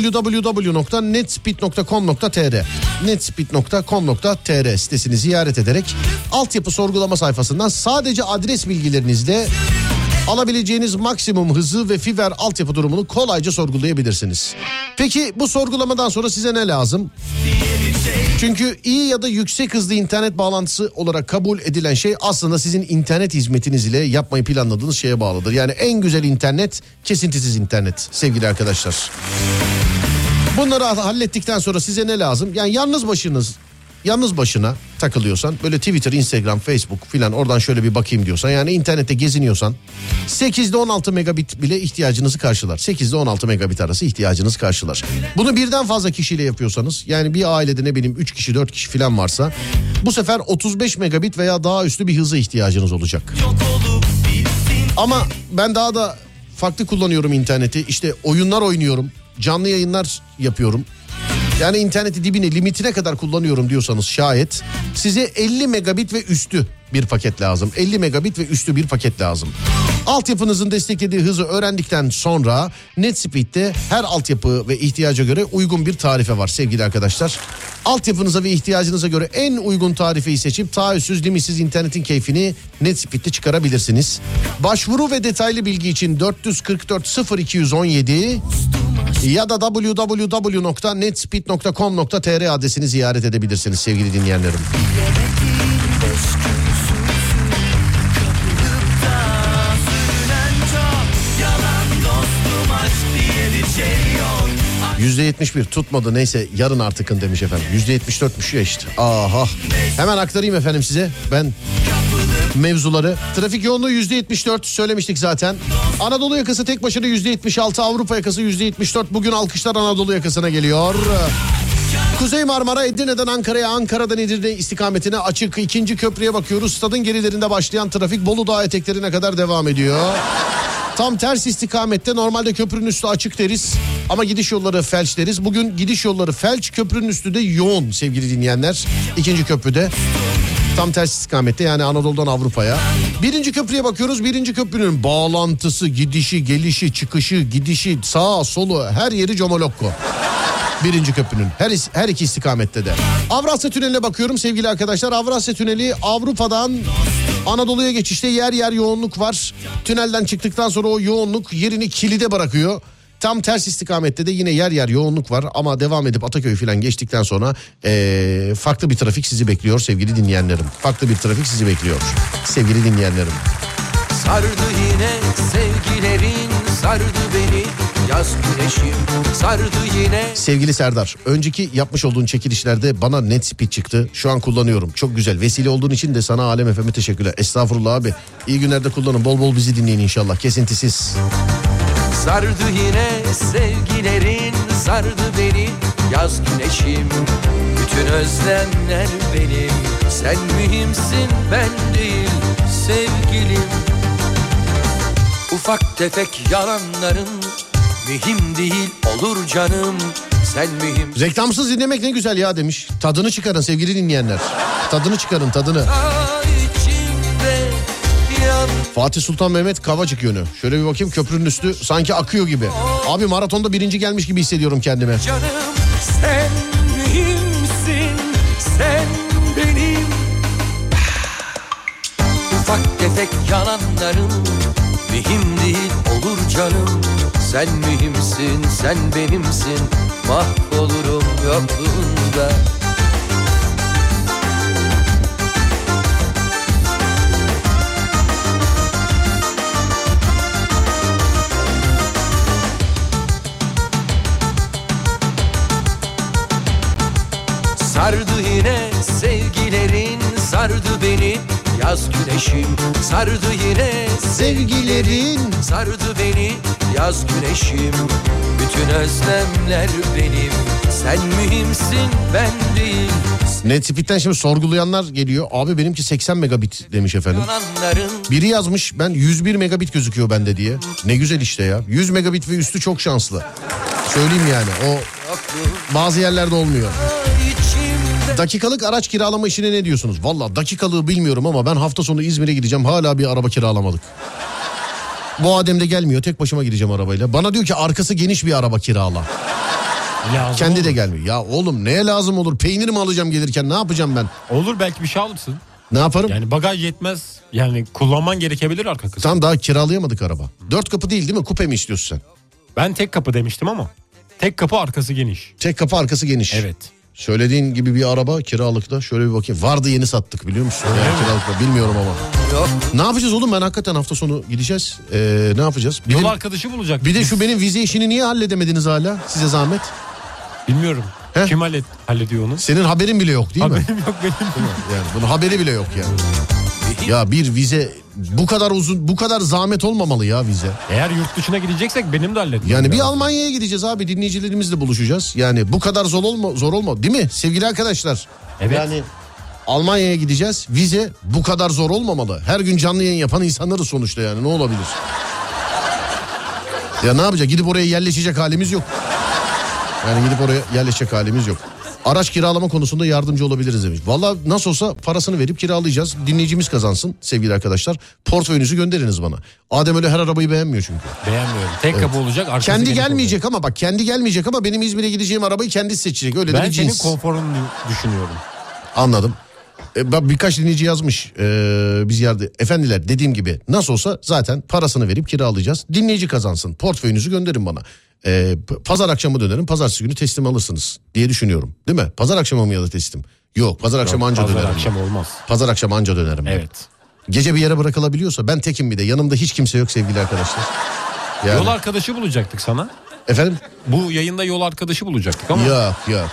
www.netspeed.com.tr netspeed.com.tr sitesini ziyaret ederek altyapı sorgulama sayfasından sadece adres bilgilerinizle alabileceğiniz maksimum hızı ve fiber altyapı durumunu kolayca sorgulayabilirsiniz. Peki bu sorgulamadan sonra size ne lazım? Çünkü iyi ya da yüksek hızlı internet bağlantısı olarak kabul edilen şey aslında sizin internet hizmetiniz ile yapmayı planladığınız şeye bağlıdır. Yani en güzel internet kesintisiz internet sevgili arkadaşlar. Bunları hallettikten sonra size ne lazım? Yani yalnız başına takılıyorsan, böyle Twitter, Instagram, Facebook filan oradan şöyle bir bakayım diyorsan, yani internette geziniyorsan 8 ile 16 megabit bile ihtiyacınızı karşılar. 8 ile 16 megabit arası ihtiyacınız karşılar. Bunu birden fazla kişiyle yapıyorsanız, yani bir ailede ne bileyim 3 kişi 4 kişi filan varsa bu sefer 35 megabit veya daha üstü bir hıza ihtiyacınız olacak. Ama ben daha da farklı kullanıyorum interneti. İşte oyunlar oynuyorum, canlı yayınlar yapıyorum. Yani interneti dibine, limitine kadar kullanıyorum diyorsanız şayet size 50 megabit ve üstü bir paket lazım. 50 megabit ve üstü bir paket lazım. Altyapınızın desteklediği hızı öğrendikten sonra Netspeed'de her altyapı ve ihtiyaca göre uygun bir tarife var sevgili arkadaşlar. Altyapınıza ve ihtiyacınıza göre en uygun tarifeyi seçip taahhütsüz, limitsiz internetin keyfini Netspeed'de çıkarabilirsiniz. Başvuru ve detaylı bilgi için 444 0217 ya da www.netspeed.com.tr adresini ziyaret edebilirsiniz sevgili dinleyenlerim. %71 tutmadı, neyse yarın artıkın demiş efendim. %74'müş ya işte. Aha. Hemen aktarayım efendim size ben mevzuları. Trafik yoğunluğu %74 söylemiştik zaten. Anadolu yakası tek başına %76, Avrupa yakası %74. Bugün alkışlar Anadolu yakasına geliyor. Kuzey Marmara Edirne'den Ankara'ya, Ankara'dan Edirne istikametine açık. İkinci köprüye bakıyoruz. Stadın gerilerinde başlayan trafik Bolu Dağı eteklerine kadar devam ediyor. Tam ters istikamette normalde köprünün üstü açık deriz ama gidiş yolları felç deriz. Bugün gidiş yolları felç, köprünün üstü de yoğun sevgili dinleyenler. İkinci köprüde tam ters istikamette, yani Anadolu'dan Avrupa'ya. Birinci köprüye bakıyoruz. Birinci köprünün bağlantısı, gidişi, gelişi, çıkışı, gidişi, sağa, solu, her yeri comolokko. Birinci köprünün her iki istikamette de. Avrasya Tüneli'ne bakıyorum sevgili arkadaşlar. Avrasya Tüneli Avrupa'dan Anadolu'ya geçişte yer yer yoğunluk var. Tünelden çıktıktan sonra o yoğunluk yerini kilide bırakıyor. Tam ters istikamette de yine yer yer yoğunluk var ama devam edip Ataköy falan geçtikten sonra farklı bir trafik sizi bekliyor sevgili dinleyenlerim. Farklı bir trafik sizi bekliyor sevgili dinleyenlerim. Sardı yine sevgilerin, sardı beni yaz güneşim, sardı yine. Sevgili Serdar, önceki yapmış olduğun çekilişlerde bana net speed çıktı. Şu an kullanıyorum. Çok güzel. Vesile olduğun için de sana Alem FM'e teşekkürler. Estağfurullah abi. İyi günlerde kullanın. Bol bol bizi dinleyin inşallah. Kesintisiz. Sardı yine sevgilerin, sardı beni yaz güneşim. Bütün özlemler benim, sen mühimsin ben değil sevgilim. Ufak tefek yalanların mühim değil olur canım, sen mühim. Reklamsız dinlemek ne güzel ya demiş. Tadını çıkarın sevgili dinleyenler. Tadını çıkarın, tadını. Fatih Sultan Mehmet Kavacık yönü. Şöyle bir bakayım, köprünün üstü sanki akıyor gibi. Abi maratonda birinci gelmiş gibi hissediyorum kendime. Canım sen mühimsin, sen benim. Ufak tefek yalanların mühim değil olur canım. Sen mühimsin, sen benimsin. Mahvolurum yokluğunda. Sardı yine sevgilerin, sardı beni yaz güneşim. Sardı yine sevgilerin, sardı beni yaz güneşim. Bütün özlemler benim, sen mühimsin ben değil. Net Speed'den şimdi sorgulayanlar geliyor. Abi benimki 80 megabit demiş efendim. Biri yazmış ben 101 megabit gözüküyor bende diye. Ne güzel işte ya. 100 megabit ve üstü çok şanslı. Söyleyeyim yani, o bazı yerlerde olmuyor. Dakikalık araç kiralama işine ne diyorsunuz? Valla dakikalığı bilmiyorum ama ben hafta sonu İzmir'e gideceğim, hala bir araba kiralamadık. Bu Adem de gelmiyor, tek başıma gideceğim arabayla. Bana diyor ki arkası geniş bir araba kirala. Lazım kendi olur. de gelmiyor. Ya oğlum neye lazım olur? Peynir mi alacağım gelirken, ne yapacağım ben? Olur, belki bir şey alırsın. Ne yaparım? Yani bagaj yetmez. Yani kullanman gerekebilir arka kısmı. Tam daha kiralayamadık araba. 4 kapı değil mi? Kupe mi istiyorsun sen? Ben tek kapı demiştim ama. Tek kapı arkası geniş. Tek kapı arkası geniş. Evet. Söylediğin gibi bir araba kiralıkta, şöyle bir bakayım. Vardı, yeni sattık biliyor musun? Yani kiralıkta, bilmiyorum ama. Yok. Ne yapacağız oğlum, ben hakikaten hafta sonu gideceğiz. Ne yapacağız? Yol arkadaşı bulacak. Bir de şu benim vize işini niye halledemediniz hala? Size zahmet. Bilmiyorum. He? Kim hallediyor onu? Senin haberin bile yok değil mi? Haberim yok benim. Yani bunun haberi bile yok yani. Ya bir vize bu kadar uzun, bu kadar zahmet olmamalı ya vize. Eğer yurt dışına gideceksek benim de halletmem Yani bir lazım. Almanya'ya gideceğiz abi, dinleyicilerimizle buluşacağız. Yani bu kadar zor olma değil mi sevgili arkadaşlar? Evet. Yani Almanya'ya gideceğiz, vize bu kadar zor olmamalı. Her gün canlı yayın yapan insanlarız sonuçta, yani ne olabilir? Ya ne yapacak, gidip oraya yerleşecek halimiz yok. Yani gidip oraya yerleşecek halimiz yok. Araç kiralama konusunda yardımcı olabiliriz demiş. Valla nasıl olsa parasını verip kiralayacağız. Dinleyicimiz kazansın sevgili arkadaşlar. Portföyünüzü gönderiniz bana. Adem öyle her arabayı beğenmiyor çünkü. Beğenmiyorum. Tek kapı olacak. Arkası Kendi geniş gelmeyecek ama bak, kendi gelmeyecek ama benim İzmir'e gideceğim arabayı kendisi seçecek. Öyle de Ben bir senin cins. konforunu düşünüyorum. Anladım. Birkaç dinleyici yazmış biz yerde. Efendiler, dediğim gibi nasıl olsa zaten parasını verip kiralayacağız. Dinleyici kazansın. Portföyünüzü gönderin bana. Pazar akşamı dönerim. Pazartesi günü teslim alırsınız diye düşünüyorum. Değil mi? Pazar akşamı mı ya da teslim? Yok, pazar akşamı anca Pazar dönerim. akşam olmaz. Pazar akşamı anca dönerim. Evet. Gece bir yere bırakılabiliyorsa, ben tekim bir de, yanımda hiç kimse yok sevgili arkadaşlar. Yani. Yol arkadaşı bulacaktık sana. Efendim? Bu yayında yol arkadaşı bulacaktık ama. Yok.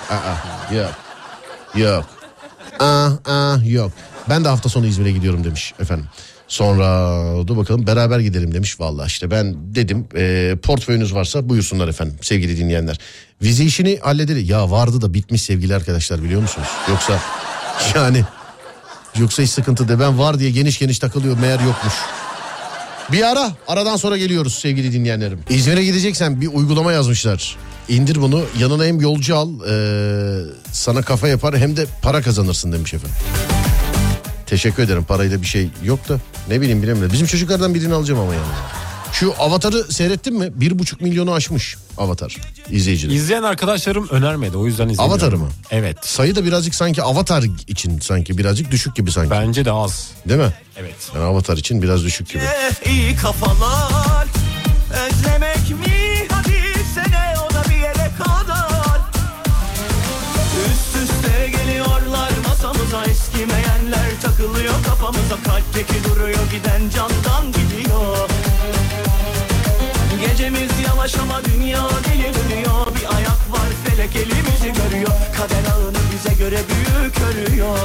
Yok. Ben de hafta sonu İzmir'e gidiyorum demiş efendim. Sonra dur bakalım beraber gidelim demiş. Vallahi işte ben dedim portföyünüz varsa buyursunlar efendim sevgili dinleyenler. Vize işini hallederiz. Ya vardı da bitmiş sevgili arkadaşlar biliyor musunuz? Yoksa hiç sıkıntı değil. Ben var diye geniş geniş takılıyor meğer yokmuş. Bir aradan sonra geliyoruz sevgili dinleyenlerim. İzmir'e gideceksen bir uygulama yazmışlar. İndir bunu, yanına hem yolcu al, sana kafa yapar hem de para kazanırsın demiş efendim. Teşekkür ederim, parayla bir şey yok da ne bileyim bilemiyorum. Bizim çocuklardan birini alacağım ama yani. Şu Avatar'ı seyrettin mi? 1,5 milyonu aşmış Avatar izleyiciler. İzleyen arkadaşlarım önermedi, o yüzden izlemiyorum. Avatar'ı mı? Evet. Sayı da birazcık sanki Avatar için sanki birazcık düşük gibi sanki. Bence de az. Değil mi? Evet. Yani Avatar için biraz düşük gibi. İyi kafalar özlemek mi? Hadi sene o da bir yere kadar. Üst üste geliyorlar masamıza, eskimeyenler takılıyor kafamıza. Kalpteki duruyor, giden candan gidiyor. Gecemiz yavaş ama dünya deli dönüyor. Bir ayak var felek elimizi görüyor. Kader ağını bize göre büyük örüyor.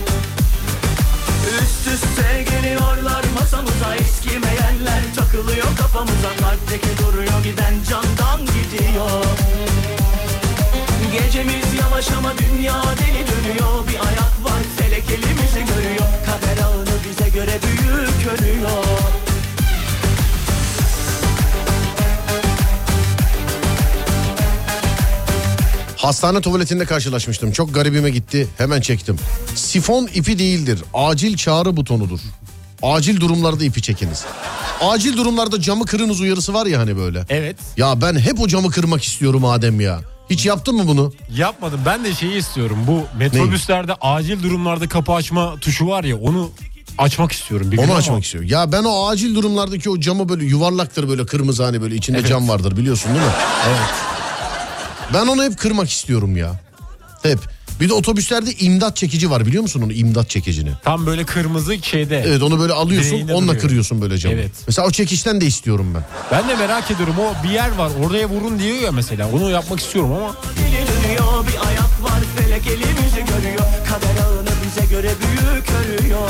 Üst üste geliyorlar masamıza, eskimeyenler takılıyor kafamıza. Kalpteki duruyor, giden candan gidiyor. Gecemiz yavaş ama dünya deli dönüyor. Bir ayak var felek elimizi görüyor. Kader ağını bize göre büyük örüyor. Hastane tuvaletinde karşılaşmıştım. Çok garibime gitti. Hemen çektim. Sifon ipi değildir. Acil çağrı butonudur. Acil durumlarda ipi çekiniz. Acil durumlarda camı kırınız uyarısı var ya hani böyle. Evet. Ya ben hep o camı kırmak istiyorum Adem ya. Hiç yaptın mı bunu? Yapmadım. Ben de şeyi istiyorum. Bu metrobüslerde acil durumlarda kapı açma tuşu var ya, onu açmak istiyorum. Onu açmak istiyorum. Ya ben o acil durumlardaki o camı böyle yuvarlaktır böyle kırmızı hani böyle içinde Evet. cam vardır biliyorsun değil mi? Evet. Ben onu hep kırmak istiyorum ya. Hep. Bir de otobüslerde imdat çekici var biliyor musun onu, imdat çekicini? Tam böyle kırmızı şeyde. Evet, onu böyle alıyorsun, direğinde onunla duruyor. kırıyorsun böyle camı. Evet. Mesela o çekişten de istiyorum ben. Ben de merak ediyorum, o bir yer var oraya vurun diyor ya mesela, onu yapmak istiyorum ama. Deli dönüyor, bir ayak var felek elimizi görüyor. Kader ağını bize göre büyük örüyor.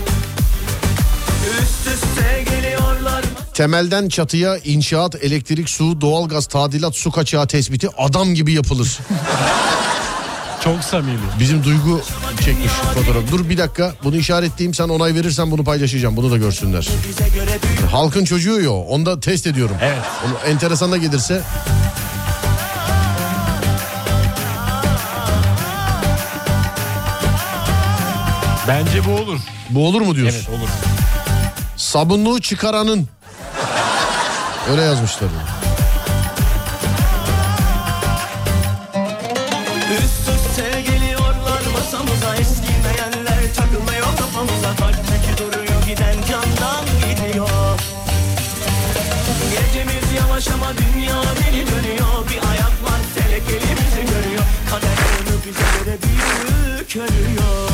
Üst üste geliyorlar. Temelden çatıya inşaat, elektrik, su, doğalgaz, tadilat, su kaçağı tespiti adam gibi yapılır. Çok samimi. Bizim Duygu çekmiş fotoğraf. Dur bir dakika, bunu işaretleyeyim, sen onay verirsen bunu paylaşacağım, bunu da görsünler. Halkın çocuğu ya, onu da test ediyorum. Evet. Onu enteresan da gelirse. Bence bu olur. Bu olur mu diyorsun? Evet, olur. Sabunluğu çıkaranın. Öyle yazmışlar. Üst üste geliyorlar masamıza, eskimeyenler takılmıyor kafamıza. Kalpteki duruyor, giden candan gidiyor. Gecemiz yavaş ama dünya deli dönüyor. Bir ayak var felek elimizi görüyor. Kader onu bize göre büyük örüyor.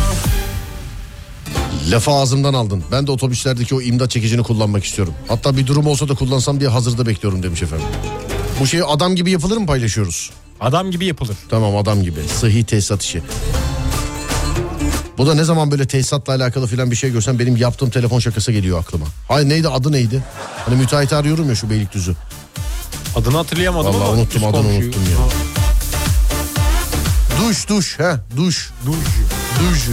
Lafı ağzımdan aldın. Ben de otobüslerdeki o imdat çekicini kullanmak istiyorum. Hatta bir durum olsa da kullansam diye hazırda bekliyorum demiş efendim. Bu şey adam gibi yapılır mı, paylaşıyoruz? Adam gibi yapılır. Tamam, adam gibi. Sıhhi tesisat işi. Bu da ne zaman böyle tesisatla alakalı filan bir şey görsem benim yaptığım telefon şakası geliyor aklıma. Hayır, neydi, adı neydi? Hani müteahhiti arıyorum ya şu Beylikdüzü. Adını hatırlayamadım Vallahi ama. unuttum, üst adını komşuyu- unuttum ya. Duş. Duş.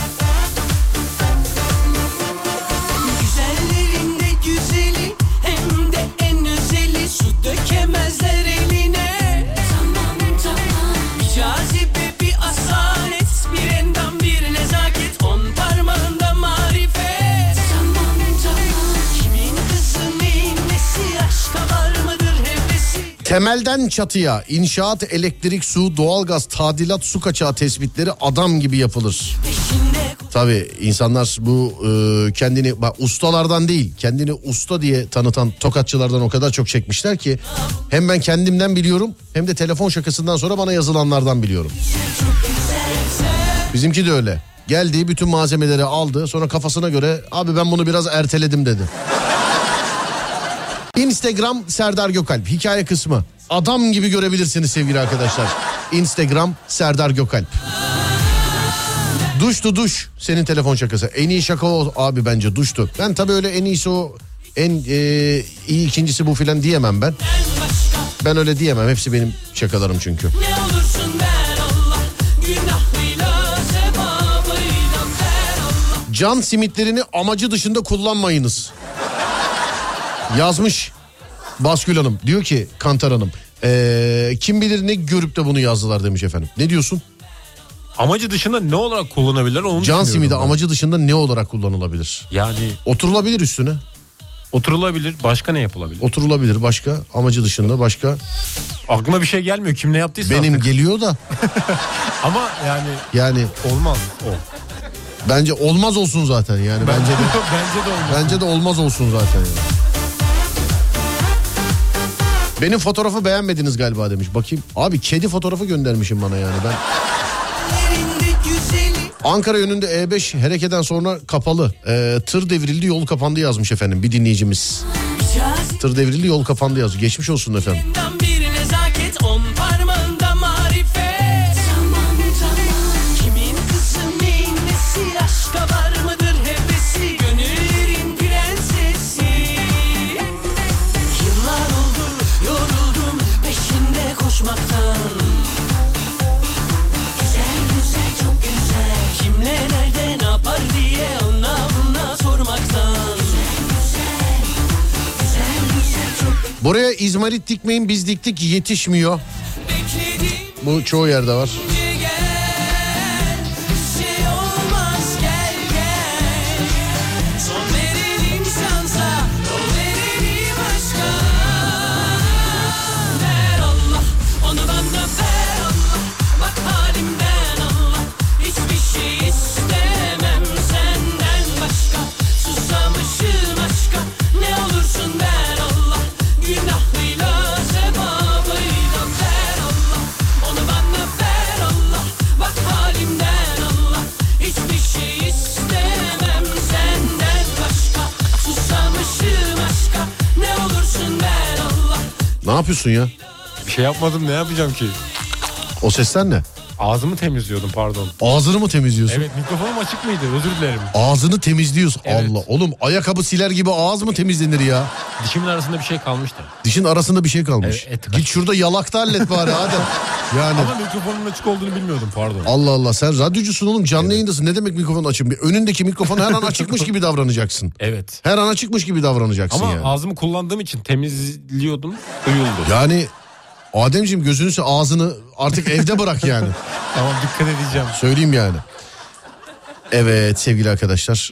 Güzellerinde güzeli hem de en özeli, su dökemezler eline. Tamam. Bir cazibe, bir asalet, bir endam, bir nezaket, 10 parmağında marifet. Tamam. Kimin kızı, neyin nesi, aşka var mıdır hevesi? Temelden çatıya inşaat, elektrik, su, doğalgaz, tadilat, su kaçağı tespitleri adam gibi yapılır. Tabii insanlar bu kendini ustalardan değil, kendini usta diye tanıtan tokatçılardan o kadar çok çekmişler ki hem ben kendimden biliyorum hem de telefon şakasından sonra bana yazılanlardan biliyorum. Bizimki de öyle. Geldi, bütün malzemeleri aldı, sonra kafasına göre abi ben bunu biraz erteledim dedi. Instagram Serdar Gökalp. Hikaye kısmı. Adam gibi görebilirsiniz sevgili arkadaşlar. Instagram Serdar Gökalp. Duştu duş. Senin telefon şakası. En iyi şaka o abi bence duştu. Ben tabii öyle en iyisi o, en iyi ikincisi bu filan diyemem ben. Ben öyle diyemem. Hepsi benim şakalarım çünkü. Can simitlerini amacı dışında kullanmayınız. Yazmış Baskül Hanım. Diyor ki Kantar Hanım. Kim bilir ne görüp de bunu yazdılar demiş efendim. Ne diyorsun? Amacı dışında ne olarak kullanabilirler onu Can simidi ben. amacı dışında ne olarak kullanılabilir? Yani oturulabilir üstüne. Oturulabilir. Başka ne yapılabilir? Oturulabilir başka. Amacı dışında başka. Aklıma bir şey gelmiyor. Kim ne yaptıysa. Benim artık. geliyor da. Ama yani olmaz o. Bence olmaz olsun zaten yani. Bence de olmaz. Bence de olmaz olsun zaten yani. Benim fotoğrafı beğenmediniz galiba demiş. Bakayım. Abi kedi fotoğrafı göndermişim bana yani ben. Ankara yönünde E5 harekeden sonra kapalı. Tır devrildi yol kapandı yazmış efendim bir dinleyicimiz. Tır devrildi yol kapandı yazmış. Geçmiş olsun efendim. Bir nezaket 10 parmağında marifet. Kimin kızı neyin nesi, aşka var mıdır hevesi, gönüllerin prensesi. Yıllar oldu yoruldum peşinde koşmaktan. Güzel güzel çok güzel, kimle nerede ne yapar diye ona buna sormaktan. Buraya izmarit dikmeyin biz diktik yetişmiyor. Bu çoğu yerde var. Ne yapıyorsun ya? Bir şey yapmadım, ne yapacağım ki? O sesler ne? Ağzımı temizliyordum pardon. Ağzını mı temizliyorsun? Evet, mikrofonum açık mıydı? Özür dilerim. Ağzını temizliyorsun. Evet. Allah oğlum ayakkabı siler gibi ağız mı temizlenir ya? Dişimin arasında bir şey kalmıştı. Dişin arasında bir şey kalmış. Evet, Git şurada yalakta hallet bari Adem. Yani. Ama mikrofonun açık olduğunu bilmiyordum pardon. Allah Allah, sen radyocusun oğlum, canlı yayındasın. Ne demek mikrofon açık? Önündeki mikrofon her an açıkmış gibi davranacaksın. Evet. Her an açıkmış gibi davranacaksın Ama yani. ağzımı kullandığım için temizliyordum, duyuldu. Yani Ademciğim gözünü ağzını artık evde bırak yani. Tamam, dikkat edeceğim. Söyleyeyim yani. Evet sevgili arkadaşlar,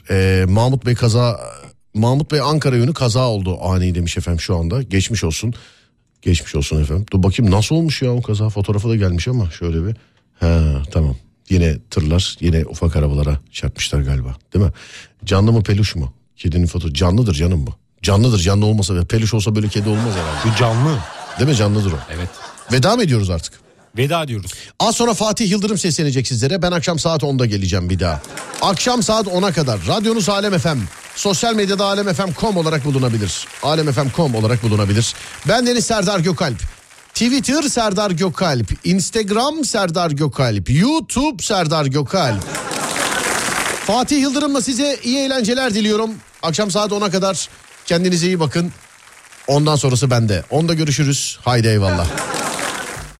Mahmut Bey Ankara yönü kaza oldu ani demiş efendim şu anda. Geçmiş olsun. Geçmiş olsun efendim. Dur bakayım nasıl olmuş ya o kaza, fotoğrafı da gelmiş ama şöyle bir. Tamam. Yine tırlar yine ufak arabalara çarpmışlar galiba, değil mi? Canlı mı peluş mu? Kedinin fotoğrafı canlıdır canım bu. Canlıdır, canlı olmasa peluş olsa böyle kedi olmaz herhalde. Bu canlı. Değil mi, canlıdır o. Evet. Veda mı ediyoruz artık? Veda diyoruz. Az sonra Fatih Yıldırım seslenecek sizlere. Ben akşam saat 10'da geleceğim bir daha. Akşam saat 10'a kadar radyonuz Alem FM. Sosyal medyada alemfm.com olarak bulunabilir. Alemfm.com olarak bulunabilir. Ben Deniz Serdar Gökalp. Twitter Serdar Gökalp. Instagram Serdar Gökalp. YouTube Serdar Gökalp. Fatih Yıldırım'la size iyi eğlenceler diliyorum. Akşam saat 10'a kadar kendinize iyi bakın. Ondan sonrası bende. 10'da görüşürüz. Haydi eyvallah.